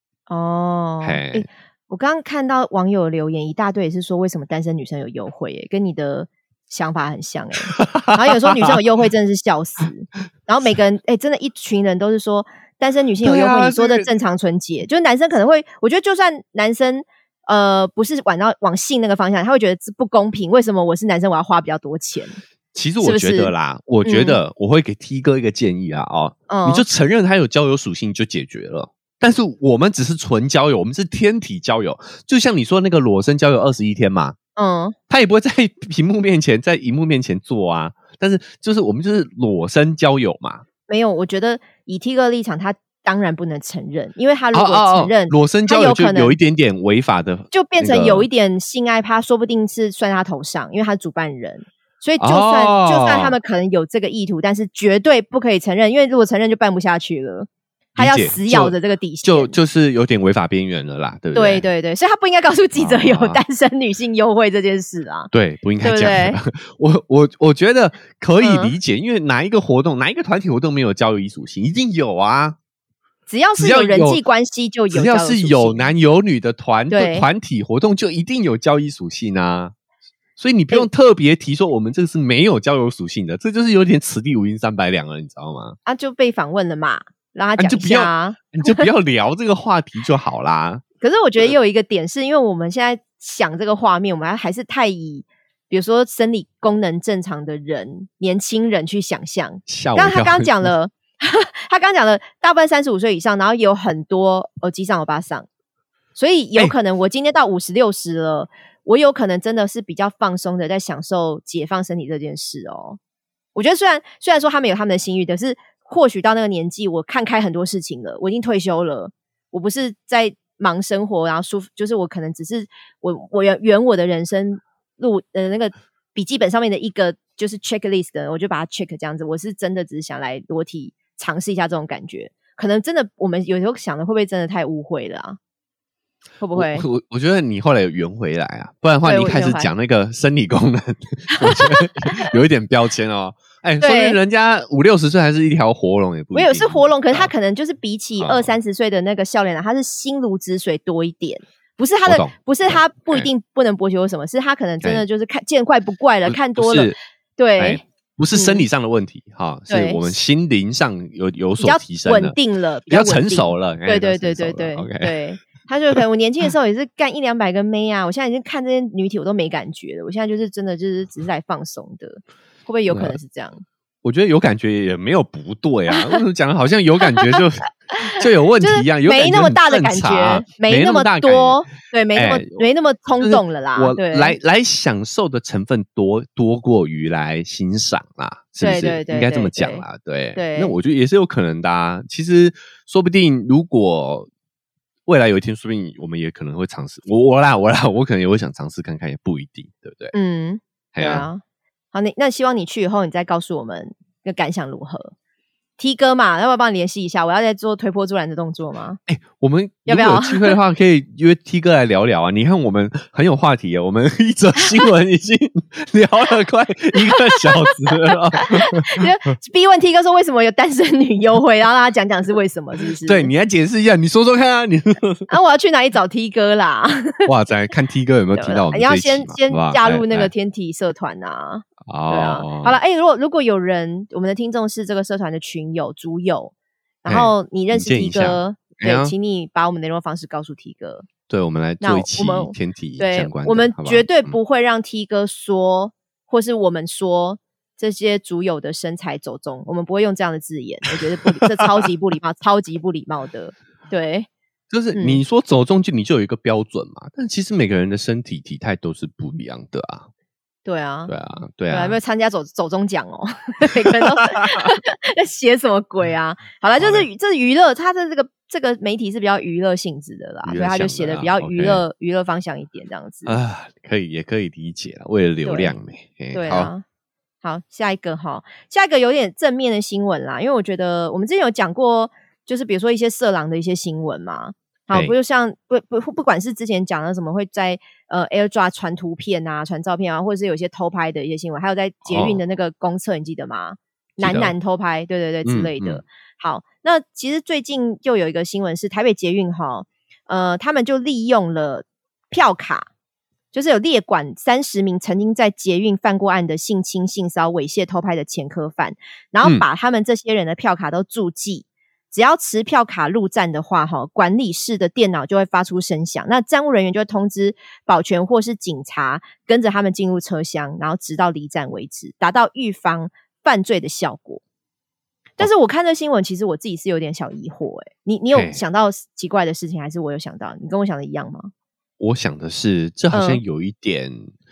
我刚刚看到网友留言一大堆，也是说为什么单身女生有优惠跟你的想法很像然后有时候女生有优惠真的是笑死，然后每个人真的一群人都是说单身女性有优惠，你说的正常纯洁，就是男生可能会，我觉得就算男生不是往性那个方向，他会觉得不公平，为什么我是男生我要花比较多钱？ 其实我觉得啦，我觉得我会给 T 哥一个建议啊，你就承认他有交友属性就解决了。但是我们只是纯交友，我们是天体交友，就像你说那个裸身交友21天嘛，他也不会在荧幕面前做啊。但是我们就是裸身交友嘛。没有，我觉得以 T 哥立场，他当然不能承认，因为他如果承认裸身交友就有一点点违法的， 就变成有一点性爱趴，说不定是算他头上，因为他是主办人。所以就算他们可能有这个意图，但是绝对不可以承认，因为如果承认就办不下去了。他要死咬着这个底线， 就是有点违法边缘了啦，对不对？ 对对对，所以他不应该告诉记者有单身女性优惠这件事啊。 对，不应该讲。我觉得可以理解，因为哪一个团体活动没有交友依属性？一定有啊。 只要是有人际关系就有交友属性， 只要是有男有女的团体活动，就一定有交易属性啊。所以你不用特别提说我们这个是没有交友属性的，这就是有点此地无银三百两了，你知道吗？ 就被访问了嘛。让他讲一下你就不要聊这个话题就好啦。 可是我觉得也有一个点是，因为我们现在想这个画面，我们还是太以比如说生理功能正常的人、年轻人去想象。刚他刚讲了，他刚讲了，大部分35岁以上，然后也有很多基上欧巴桑，所以有可能我今天到50、60了，我有可能真的是比较放松的在享受解放身体这件事哦。我觉得虽然说他们有他们的心欲，但是或许到那个年纪，我看开很多事情了，我已经退休了，我不是在忙生活，然后就是我可能只是我圆我的人生路那个笔记本上面的一个就是 checklist 的，我就把它 check 这样子。我是真的只是想来裸体尝试一下这种感觉，可能真的我们有时候想的会不会真的太误会了啊？会不会？ 我觉得你后来有圆回来啊，不然的话你一开始讲那个生理功能，我觉得有一点标签哦。说明人家50、60岁还是一条活龙也不一定。 我有是活龙，可是他可能就是比起20、30岁的那个少年郎，他是心如止水多一点，不是他不一定不能勃起或什么，是他可能真的就是见怪不怪了，看多了，对， 不是生理上的问题哈，是我们心灵上有所提升了， 稳定了， 比较成熟了。 对对对对对对。他就可能我年轻的时候也是干100-200个妹啊，我现在已经看这些女体我都没感觉了，我现在就是真的就是只是来放松的，会不会有可能是这样？ 我觉得有感觉也没有不对啊，为什么讲的好像有感觉就有问题一样？ 没那么大的感觉，没那么多，对，没那么冲动了啦。 我来享受的成分多过于来欣赏啦，是不是？对应该这么讲啦，对。那我觉得也是有可能的啊。其实说不定如果未来有一天，说不定我们也可能会尝试。我可能也会想尝试看看，也不一定，对不对？ 对啊。 好，那希望你去以后，你再告诉我们的感想如何。T 哥嘛，要不要帮你联系一下？我要再做推波助澜的动作吗？ 我们如果有机会的话，可以约 T 哥来聊聊啊。你看我们很有话题我们一则新闻已经聊了快1个小时了。 逼问 T 哥说为什么有单身女优惠，然后让他讲讲是为什么，是不是？ 对，你来解释一下，你说说看啊。 我要去哪里找 T 哥啦？ 哇塞，看 T 哥有没有听到我们这一期嘛？ 你要先加入那个天体社团啊。对啊，好了，如果有人，我们的听众是这个社团的群友、主友，然后你认识 T 哥，对，请你把我们联络方式告诉 T 哥。 对，我们来做一期天体相关的。 我们绝对不会让 T 哥说，或是我们说这些主友的身材走中，我们不会用这样的字眼。我觉得这超级不礼貌，超级不礼貌的。对， 就是你说走中你就有一个标准嘛，但其实每个人的身体体态都是不一样的啊。 对啊， 有没有参加走中奖哦？每个人都在写什么鬼啊？好了，就是这是娱乐，他的这个媒体是比较娱乐性质的啦，所以他就写的比较娱乐方向一点这样子啊，也可以理解啦，为了流量对啊。好，下一个有点正面的新闻啦，因为我觉得我们之前有讲过，就是比如说一些色狼的一些新闻嘛。好，不就像不管是之前讲的什么会在AirDrop 传图片啊、传照片啊，或者是有些偷拍的一些新闻，还有在捷运的那个公厕，你记得吗？男偷拍，对之类的。好，那其实最近就有一个新闻是台北捷运他们就利用了票卡，就是有列管30名曾经在捷运犯过案的性侵、性骚扰、猥亵、偷拍的前科犯，然后把他们这些人的票卡都注记。只要持票卡入站的话，管理室的电脑就会发出声响，那站务人员就会通知保全或是警察跟着他们进入车厢，然后直到离站为止，达到预防犯罪的效果。但是我看这新闻，其实我自己是有点小疑惑你有想到奇怪的事情，还是我有想到？你跟我想的一样吗？ 我想的是，这好像有一点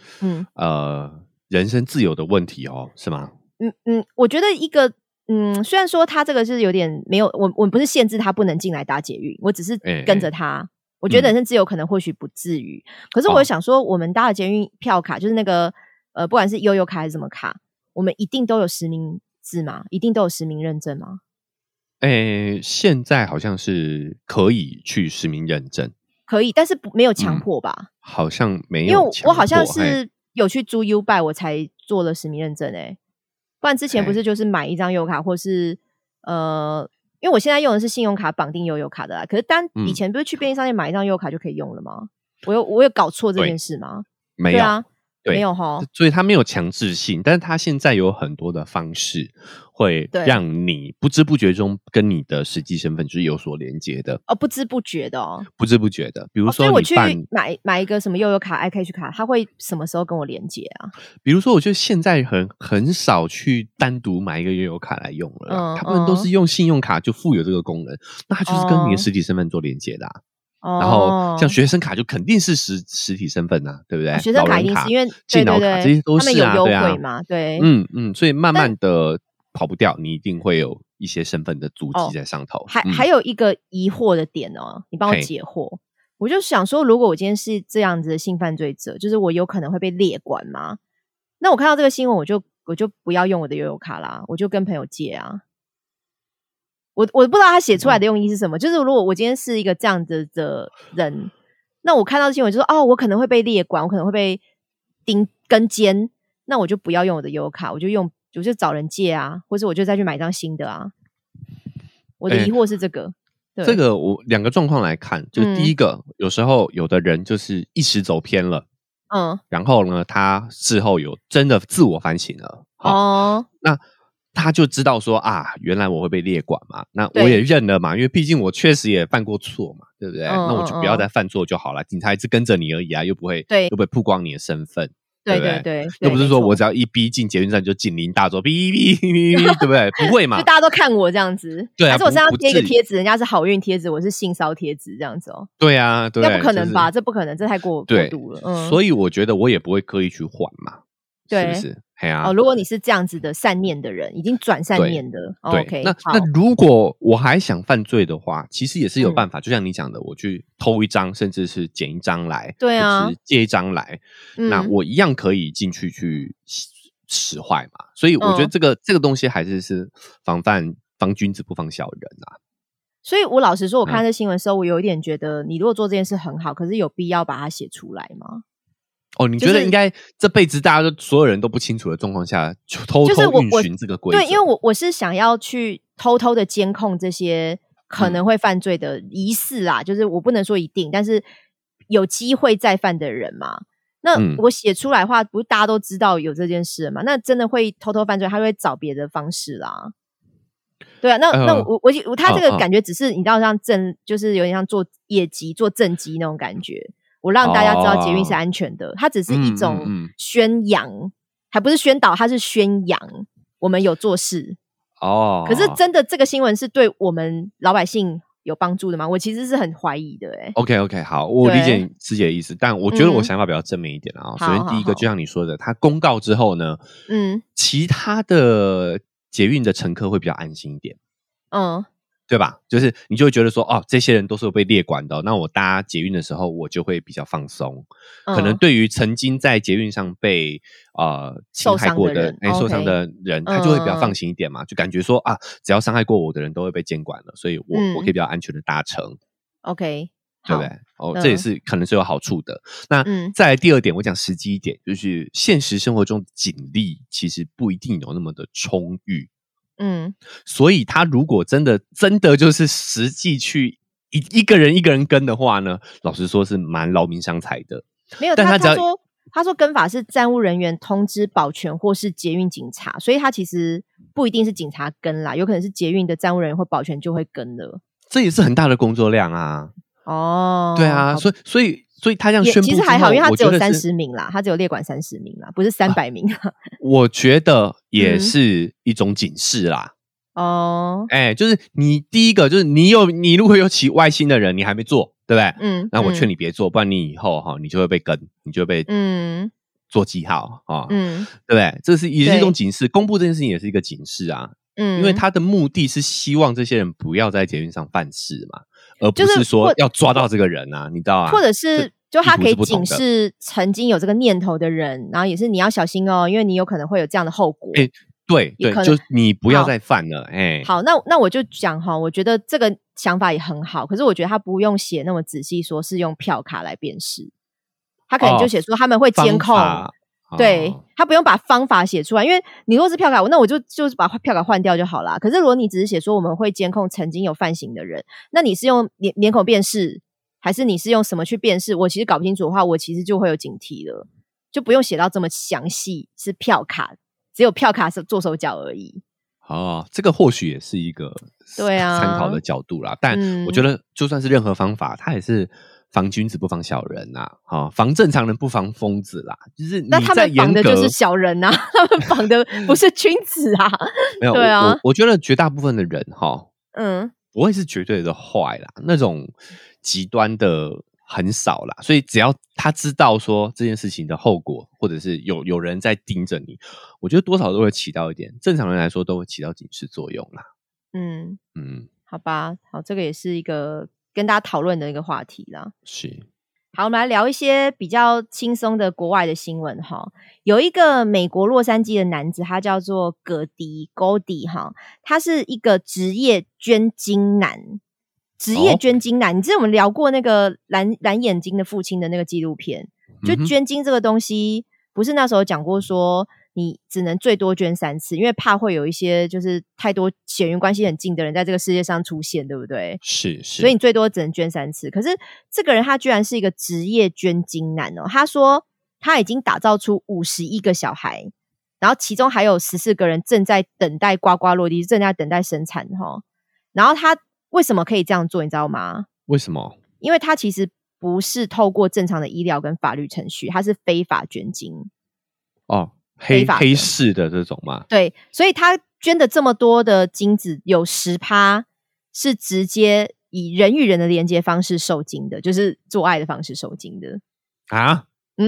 人身自由的问题是吗？ 我觉得一个虽然说他这个是有点没有，我不是限制他不能进来搭捷运，我只是跟着他。我觉得人身自由可能或许不至于，可是我想说，我们搭的捷运票卡就是那个不管是悠游卡还是什么卡，我们一定都有实名制吗？一定都有实名认证吗？ 现在好像是可以去实名认证， 可以，但是没有强迫吧？ 好像没有， 因为我好像是有去租 U-Bike 我才做了实名认证不然之前不是就是买一张悠游卡，或是因为我现在用的是信用卡绑定悠游卡的啦。可是以前不是去便利商店买一张悠游卡就可以用了吗？我有搞错这件事吗？ 没有， 对啊， 对， 没有齁， 所以它没有强制性，但是它现在有很多的方式会让你不知不觉中跟你的实际身份是有所连接的。 不知不觉的不知不觉的。比如说， 所以我去买一个什么悠游卡、iCash 卡，它会什么时候跟我连接啊？ 比如说，我觉得现在很少去单独买一个悠游卡来用了，他们都是用信用卡就附有这个功能，那它就是跟你的实体身份做连接的然后像学生卡就肯定是实体身份对不对？ 学生卡一定是因为健保卡这些都是他们有优惠嘛，对， 所以慢慢的跑不掉，你一定会有一些身份的足迹在上头。 还有一个疑惑的点你帮我解惑。我就想说，如果我今天是这样子的性犯罪者，就是我有可能会被列管吗？那我看到这个新闻，我就不要用我的悠游卡啦，我就跟朋友借啊。我不知道他写出来的用意是什么，就是如果我今天是一个这样子的人，那我看到新闻就说我可能会被列管，我可能会被跟监，那我就不要用我的悠游卡，我就找人借啊，或者我就再去买一张新的啊。我的疑惑是这个。 这个我两个状况来看，就是第一个，有时候有的人就是一时走偏了，然后呢，他事后有真的自我反省了，那他就知道说原来我会被列管嘛，那我也认了嘛，因为毕竟我确实也犯过错嘛，对不对？那我就不要再犯错就好了，警察一直跟着你而已又不会曝光你的身份。 对， 又不是说我只要一逼进捷运站就警铃大作，哔哔哔哔，对不对？不会嘛？ 就大家都看我这样子， 对啊， 还是我身上贴一个贴纸，人家是好运贴纸，我是性骚贴纸这样子对啊，对， 那不可能吧？这不可能，这太过度了。 所以我觉得我也不会刻意去还嘛，是不是？ 如果你是这样子的善念的人，已经转善念的，OK。 那如果我还想犯罪的话，其实也是有办法，就像你讲的，我去偷一张，甚至是捡一张来， 对啊， 或是借一张来，那我一样可以进去使坏嘛，所以我觉得这个东西还是防君子不防小人啊。 所以我老实说，我看这新闻的时候，我有一点觉得，你如果做这件事很好，可是有必要把它写出来吗？ 哦，你觉得应该这辈子大家都所有人都不清楚的状况下，就偷偷运行这个规则？ 对，因为我是想要去偷偷的监控这些可能会犯罪的疑似啦，就是我不能说一定，但是有机会再犯的人嘛。那我写出来的话，不是大家都知道有这件事嘛？那真的会偷偷犯罪，他会找别的方式啦。对啊，那他这个感觉只是你知道像就是有点像做业绩、做政绩那种感觉。我让大家知道捷运是安全的，它只是一种宣扬，还不是宣导，它是宣扬我们有做事。哦，可是真的这个新闻是对我们老百姓有帮助的吗？我其实是很怀疑的。 OK， 好，我理解师姐的意思，但我觉得我想法比较正面一点啊。首先第一个，就像你说的，它公告之后呢，其他的捷运的乘客会比较安心一点，对吧？就是你就会觉得说，哦，这些人都是有被列管的，那我搭捷运的时候，我就会比较放松。可能对于曾经在捷运上被侵害过的受伤的人，他就会比较放心一点嘛，就感觉说啊，只要伤害过我的人都会被监管了，所以我可以比较安全的搭乘。 OK， 对不对？这也是可能是有好处的。那再来第二点，我讲实际一点，就是现实生活中警力其实不一定有那么的充裕。所以他如果真的就是实际去一个人跟的话呢，老实说是蛮劳民伤财的。 没有，他说跟法是站务人员通知保全或是捷运警察，所以他其实不一定是警察跟啦，有可能是捷运的站务人员或保全就会跟了。 这也是很大的工作量啊。对啊，所以他这样宣布之后， 其实还好，因为他只有30名啦，他只有列管30名啦，不是300名啦。 我觉得也是一种警示啦。就是你第一个就是你如果有起外心的人，你还没做，对不对？那我劝你别做，不然你以后你就会被跟，你就会被做记号对不对？这也是一种警示，公布这件事情也是一个警示啊。因为他的目的是希望这些人不要在捷运上犯事嘛，而不是说要抓到这个人啊，你知道啊？ 或者是就他可以警示曾经有这个念头的人，然后也是你要小心哦，因为你有可能会有这样的后果。 对，就你不要再犯了。 好，那我就讲我觉得这个想法也很好，可是我觉得他不用写那么仔细，说是用票卡来辨识，他可能就写说他们会监控。对，他不用把方法写出来，因为你如果是票卡，那我就是把票卡换掉就好啦。可是如果你只是写说我们会监控曾经有犯行的人，那你是用脸孔辨识，还是你是用什么去辨识？我其实搞不清楚的话，我其实就会有警惕了，就不用写到这么详细。是票卡，只有票卡是做手脚而已。 这个或许也是一个参考的角度啦。但我觉得就算是任何方法，它也是防君子不防小人呐，防正常人不防疯子啦。就是你在严格，那他们防的就是小人啊，他们防的不是君子啊。没有，对啊，我觉得绝大部分的人不会是绝对的坏啦，那种极端的很少啦。所以只要他知道说这件事情的后果，或者是有人在盯着你，我觉得多少都会起到一点，正常人来说都会起到警示作用啦。好吧，好，这个也是一个跟大家讨论的一个话题啦。是，好，我们来聊一些比较轻松的国外的新闻哈。有一个美国洛杉矶的男子，他叫做葛迪 Goldie 哈，他是一个职业捐精男。职业捐精男，你之前我们聊过那个蓝眼睛的父亲的那个纪录片，就捐精这个东西，不是那时候讲过说你只能最多捐3次，因为怕会有一些就是太多血缘关系很近的人在这个世界上出现，对不对？是，所以你最多只能捐3次。可是这个人他居然是一个职业捐精男哦，他说他已经打造出51个小孩，然后其中还有14个人正在等待呱呱落地，正在等待生产然后他为什么可以这样做你知道吗？为什么？因为他其实不是透过正常的医疗跟法律程序，他是非法捐精黑市的这种嘛。对，所以他捐的这么多的精子，有10%是直接以人与人的连接方式受精的，就是做爱的方式受精的啊。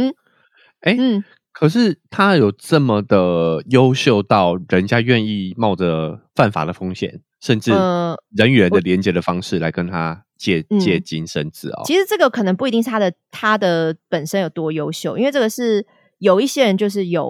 可是他有这么的优秀到人家愿意冒着犯法的风险，甚至人与人的连接的方式来跟他借精生子其实这个可能不一定是他的本身有多优秀，因为这个是有一些人就是有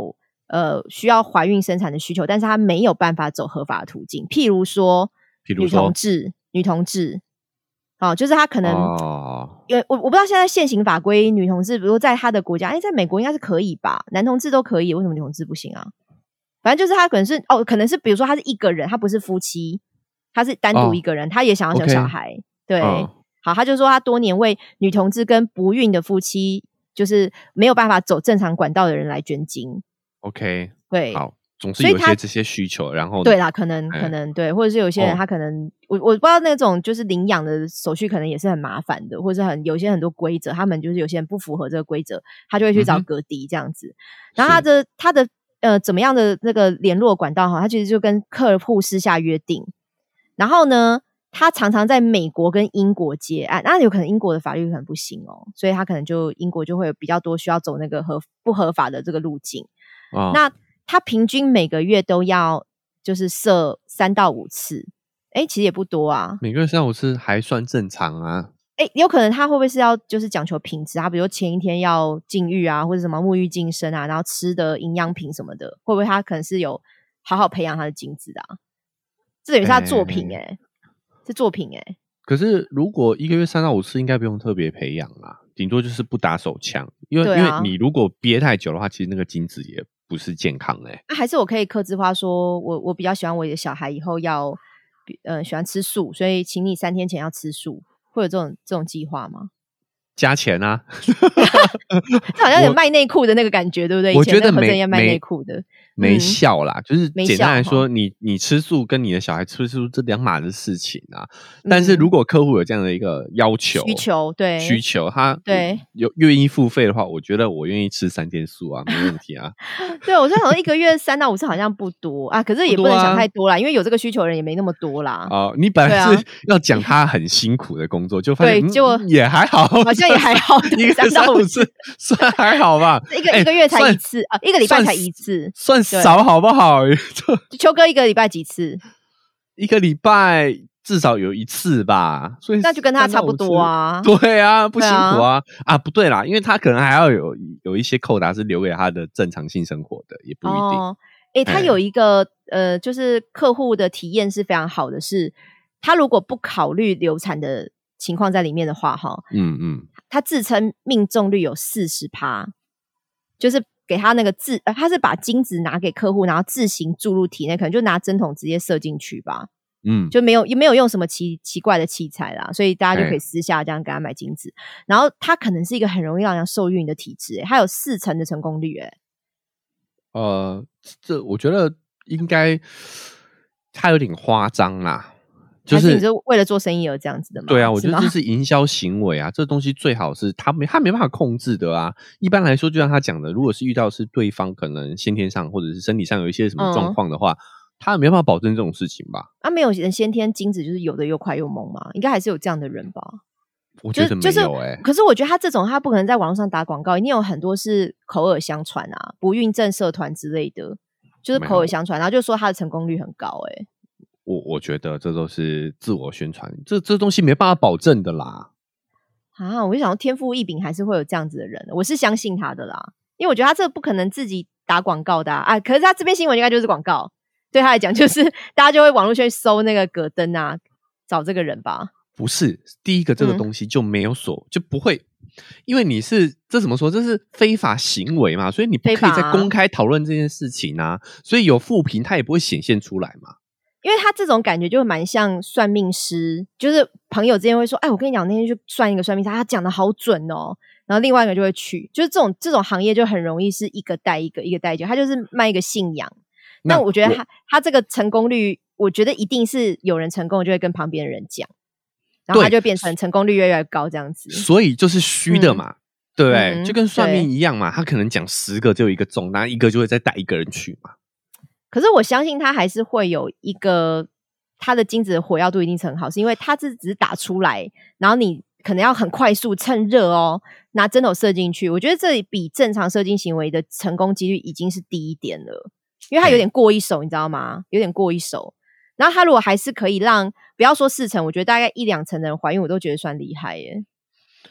需要怀孕生产的需求，但是他没有办法走合法的途径，譬如说女同志。就是他可能因为我不知道现在现行法规女同志比如在他的国家在美国应该是可以吧，男同志都可以，为什么女同志不行啊？反正就是他可能是比如说他是一个人，他不是夫妻，他是单独一个人，他也想要生小孩，对，好，他就说他多年为女同志跟不孕的夫妻，就是没有办法走正常管道的人来捐精。 OK， 对， 好，总是有一些这些需求，然后对啦，可能对，或者是有些人他可能我不知道那种就是领养的手续可能也是很麻烦的，或者是有些很多规则，他们就是有些人不符合这个规则，他就会去找隔敌这样子。然后他的怎么样的那个联络管道他其实就跟客户私下约定，然后呢他常常在美国跟英国接案，那有可能英国的法律可能不行所以他可能就英国就会有比较多需要走那个不合法的这个路径。那他平均每个月都要就是射3到5次，其实也不多啊， 每个月3到5次还算正常啊。 有可能他会不会是要就是讲求品质，他比如前一天要禁欲啊，或者什么沐浴净身啊，然后吃的营养品什么的，会不会他可能是有好好培养他的精子的啊？这等于是他作品是作品可是如果一个月3到5次应该不用特别培养啊，顶多就是不打手枪，因为你如果憋太久的话，其实那个精子也不是健康还是我可以客制化说我比较喜欢我的小孩以后要喜欢吃素，所以请你3天前要吃素，会有这种计划吗？ 加钱啊这好像有卖内裤的那个感觉，对不对？ 我觉得没卖内裤的没效啦，就是简单来说你吃素跟你的小孩吃素这两码的事情啊。但是如果客户有这样的一个要求需求他有愿意付费的话，我觉得我愿意吃3天素啊，没问题啊对，我就想说1个月3到5次好像不多啊，可是也不能想太多啦，因为有这个需求的人也没那么多啦。 你本来是要讲他很辛苦的工作，就发现也还好， 好像也还好一个3到5次算还好吧一个月才1次1个礼拜才1次， 算少好不好？ 秋哥1个礼拜几次 ？1个礼拜至少有1次吧，所以那就跟他差不多啊。 对啊，不辛苦啊。不对啦，因为他可能还要有一些扣打是留给他的正常性生活的，也不一定。 他有一个就是客户的体验是非常好的，是他如果不考虑流产的情况在里面的话他自称命中率有 40%， 就是给他那个他是把精子拿给客户，然后自行注入体内，可能就拿针筒直接射进去吧。就没有用什么奇怪的器材啦，所以大家就可以私下这样给他买精子。然后他可能是一个很容易让人受孕的体质他有40%的成功率这我觉得应该他有点夸张啦， 就是你是为了做生意而这样子的吗？ 对啊，我觉得这是营销行为啊，这东西最好是他没办法控制的啊。一般来说就像他讲的，如果是遇到是对方可能先天上或者是身体上有一些什么状况的话，他没办法保证这种事情吧。 没有人先天精子就是有的又快又猛嘛，应该还是有这样的人吧。 我觉得没有可是我觉得他这种他不可能在网络上打广告，一定有很多是口耳相传啊，不孕症社团之类的，就是口耳相传，然后就说他的成功率很高我觉得这都是自我宣传，这东西没办法保证的啦。 我就想说天赋异禀还是会有这样子的人，我是相信他的啦，因为我觉得他这不可能自己打广告的可是他这边新闻应该就是广告，对他来讲就是大家就会网络去搜那个葛登找这个人吧。 不是，第一个这个东西就没有就不会，因为这怎么说，这是非法行为嘛，所以你不可以再公开讨论这件事情所以有负评它也不会显现出来嘛。 因为他这种感觉就蛮像算命师，就是朋友之间会说我跟你讲那天去算一个算命师，他讲的好准哦，然后另外一个就会去，就是这种行业就很容易是一个带一个，一个带一个，他就是卖一个信仰。但我觉得他这个成功率，我觉得一定是有人成功就会跟旁边的人讲，然后他就变成成功率越来越高这样子， 所以就是虚的嘛，对不对？就跟算命一样嘛，他可能讲10个就有一个中，那一个就会再带一个人去嘛。 可是我相信他还是会有一个他的精子的活跃度一定是很好，是因为他只是打出来，然后你可能要很快速趁热拿针头射进去，我觉得这比正常射精行为的成功几率已经是低一点了，因为他有点过一手，你知道吗？有点过一手。然后他如果还是可以让不要说4成，我觉得大概1-2成的人怀孕，我都觉得算厉害耶。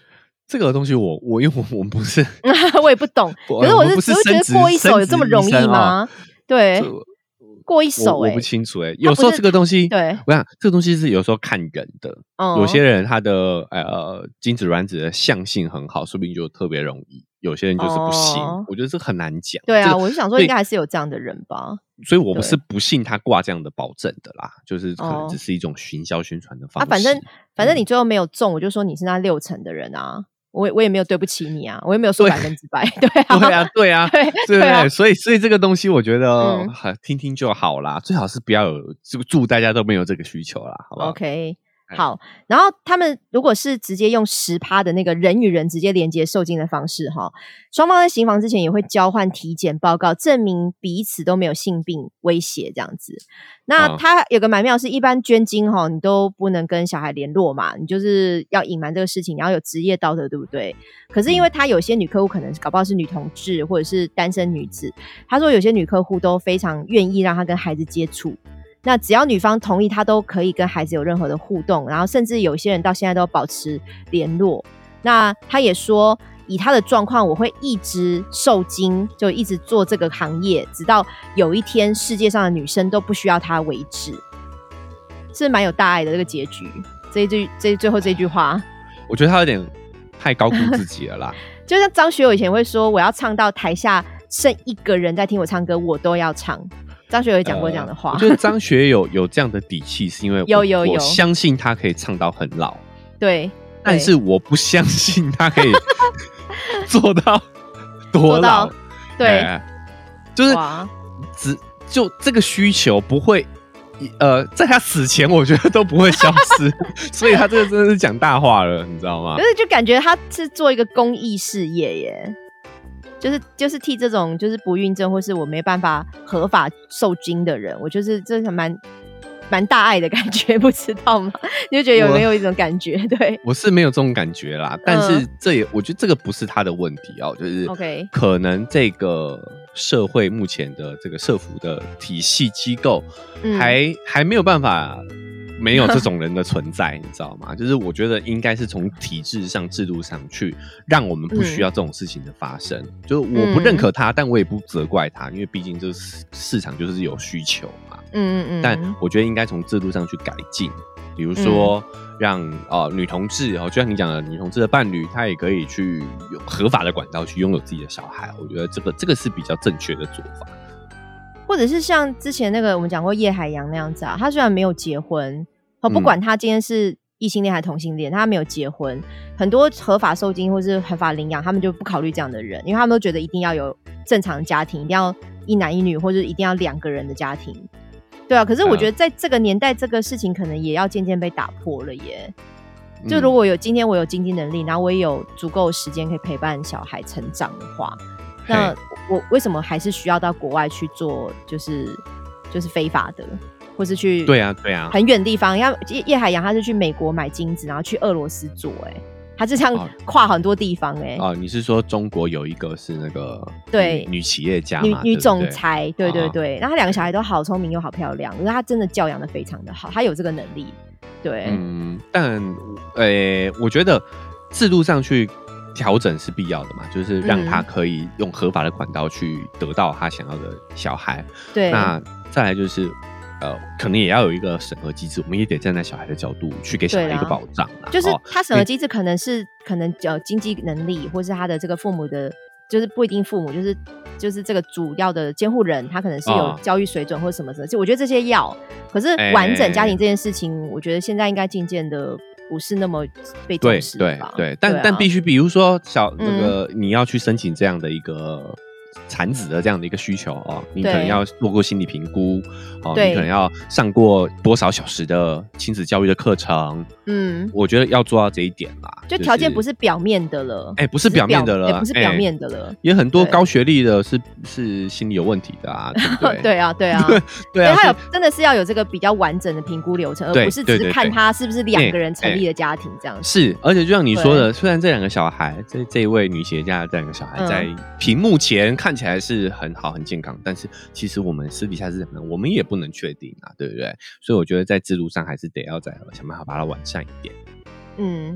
这个东西我因为我们不是我也不懂，可是我是觉得过一手有这么容易吗？对，过一手我不清楚有时候这个东西， 对， 我想这个东西是有时候看人的，有些人他的精子卵子的相性很好，说不定就特别容易。有些人就是不信，我觉得这很难讲。 对啊，我就想说应该还是有这样的人吧。 所以我不是不信他挂这样的保证的啦，就是可能只是一种行销宣传的方式。 反正你最后没有中，我就说你是那60%的人啊。我也没有对不起你啊，我也没有说100%， 对啊，对，所以这个东西我觉得听听就好啦，最好是不要有祝大家都没有这个需求啦，好不好 ？OK。好，然后他们如果是直接用10%的那个人与人直接连接受精的方式哈，双方在行房之前也会交换体检报告，证明彼此都没有性病威胁这样子。那他有个蛮妙是，一般捐精哈，你都不能跟小孩联络嘛，你就是要隐瞒这个事情，你要有职业道德，对不对？可是因为他有些女客户可能搞不好是女同志或者是单身女子，他说有些女客户都非常愿意让他跟孩子接触。那只要女方同意，他都可以跟孩子有任何的互动，然后甚至有些人到现在都保持联络。那他也说，以他的状况，我会一直受精，就一直做这个行业，直到有一天世界上的女生都不需要他为止，是蛮有大爱的这个结局。最后这句话， 我觉得他有点太高估自己了啦。 就像张学友以前会说，我要唱到台下剩1个人在听我唱歌，我都要唱。张学友讲过这样的话， 我觉得张学友有这样的底气，是因为我相信他可以唱到很老， 对， 但是我不相信他可以做到多老， 对， 就是就这个需求不会，在他死前我觉得都不会消失，所以他这个真的是讲大话了，你知道吗？ 可是就感觉他是做一个公益事业耶。就是替这种就是不孕症或是我没办法合法受精的人，我就是这是蛮大爱的感觉，不知道吗？你就觉得有没有一种感觉？对， 我是没有这种感觉啦，但是我觉得这个不是他的问题就是 OK， 可能这个社会目前的这个社福的体系机构还没有办法。没有这种人的存在，你知道吗？就是我觉得应该是从体制上、制度上去让我们不需要这种事情的发生。就是我不认可他，但我也不责怪他，因为毕竟这个市场就是有需求嘛。但我觉得应该从制度上去改进，比如说让女同志就像你讲的，女同志的伴侣，她也可以去有合法的管道去拥有自己的小孩。我觉得这个是比较正确的做法。 或者是像之前那个我们讲过叶海洋那样子啊，他虽然没有结婚，不管他今天是异性恋还是同性恋，他没有结婚，很多合法受精或是合法领养，他们就不考虑这样的人，因为他们都觉得一定要有正常的家庭，一定要一男一女，或者一定要2个人的家庭。对啊，可是我觉得在这个年代，这个事情可能也要渐渐被打破了耶。就如果今天我有经济能力，然后我也有足够的时间可以陪伴小孩成长的话，那我为什么还是需要到国外去做就是非法的，或是去对啊很远的地方？像叶海洋他是去美国买精子，然后去俄罗斯做他是这样跨很多地方你是说中国有一个是那个对女企业家嘛， 女总裁，对，然后他2个小孩都好聪明又好漂亮，可是他真的教养的非常的好，他有这个能力。对， 但我觉得制度上去调整是必要的嘛，就是让他可以用合法的管道去得到他想要的小孩。对，那再来就是可能也要有一个审核机制，我们也得站在小孩的角度去给小孩一个保障啦。 就是他审核机制可能经济能力，或是他的这个父母的，就是不一定父母，就是这个主要的监护人，他可能是有教育水准或什么的。就我觉得这些要，可是完整家庭这件事情，我觉得现在应该渐渐的不是那么被重视吧。 对，但必须，比如说你要去申请这样的一个产子的这样的一个需求你可能要做过心理评估你可能要上过多少小时的亲子教育的课程。我觉得要做到这一点啦， 就条件不是表面的了， 不是表面的了， 不是表面的了， 也很多高学历的是心理有问题的啊，对不对？ 对啊，对啊，他真的是要有这个比较完整的评估流程，而不是只是看他是不是2个人成立的家庭这样子。 是，而且就像你说的，虽然这2个小孩，这一位女企业家的这2个小孩在屏幕前看起来是很好很健康，但是其实我们私底下是怎么样，我们也不能确定啊，对不对？所以我觉得在制度上还是得要再想办法把它完善一点。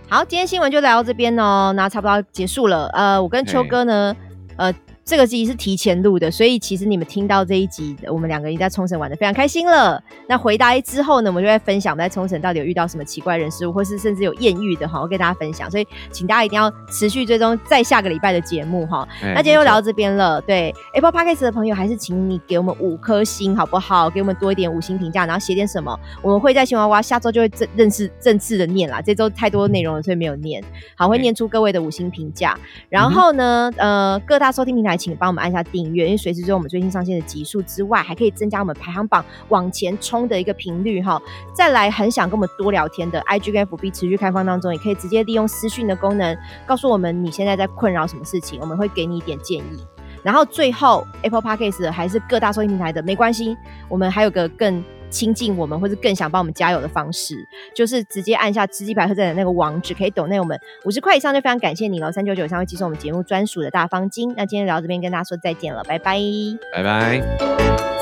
好，今天新闻就聊到这边哦，那差不多要结束了。我跟秋哥呢，这个集是提前录的，所以其实你们听到这一集，我们两个已经在冲绳玩的非常开心了。那回答之后呢，我们就会分享我们在冲绳到底有遇到什么奇怪人事物，或是甚至有艳遇的哈，我跟大家分享。所以请大家一定要持续追踪在下个礼拜的节目哈。那今天就聊到这边了。对 Apple Podcast 的朋友，还是请你给我们5颗星好不好？给我们多一点5星评价，然后写点什么，我们会在新娃娃下周就会正式的念啦。这周太多内容了，所以没有念。好，会念出各位的5星评价。然后呢，各大收听平台请帮我们按下订阅，因为随时追我们最新上线的集数之外，还可以增加我们排行榜往前冲的一个频率哈。再来，很想跟我们多聊天的 IG 跟 FB 持续开放当中，也可以直接利用私讯的功能，告诉我们你现在在困扰什么事情，我们会给你一点建议。然后最后 Apple Podcast 的还是各大收听平台的没关系，我们还有个更亲近我们或是更想帮我们加油的方式，就是直接按下吃鸡排客栈的那个网址，可以抖内我们50块以上就非常感谢你了。399以上会寄送我们节目专属的大方巾。那今天聊到这边跟大家说再见了，拜拜， 拜拜。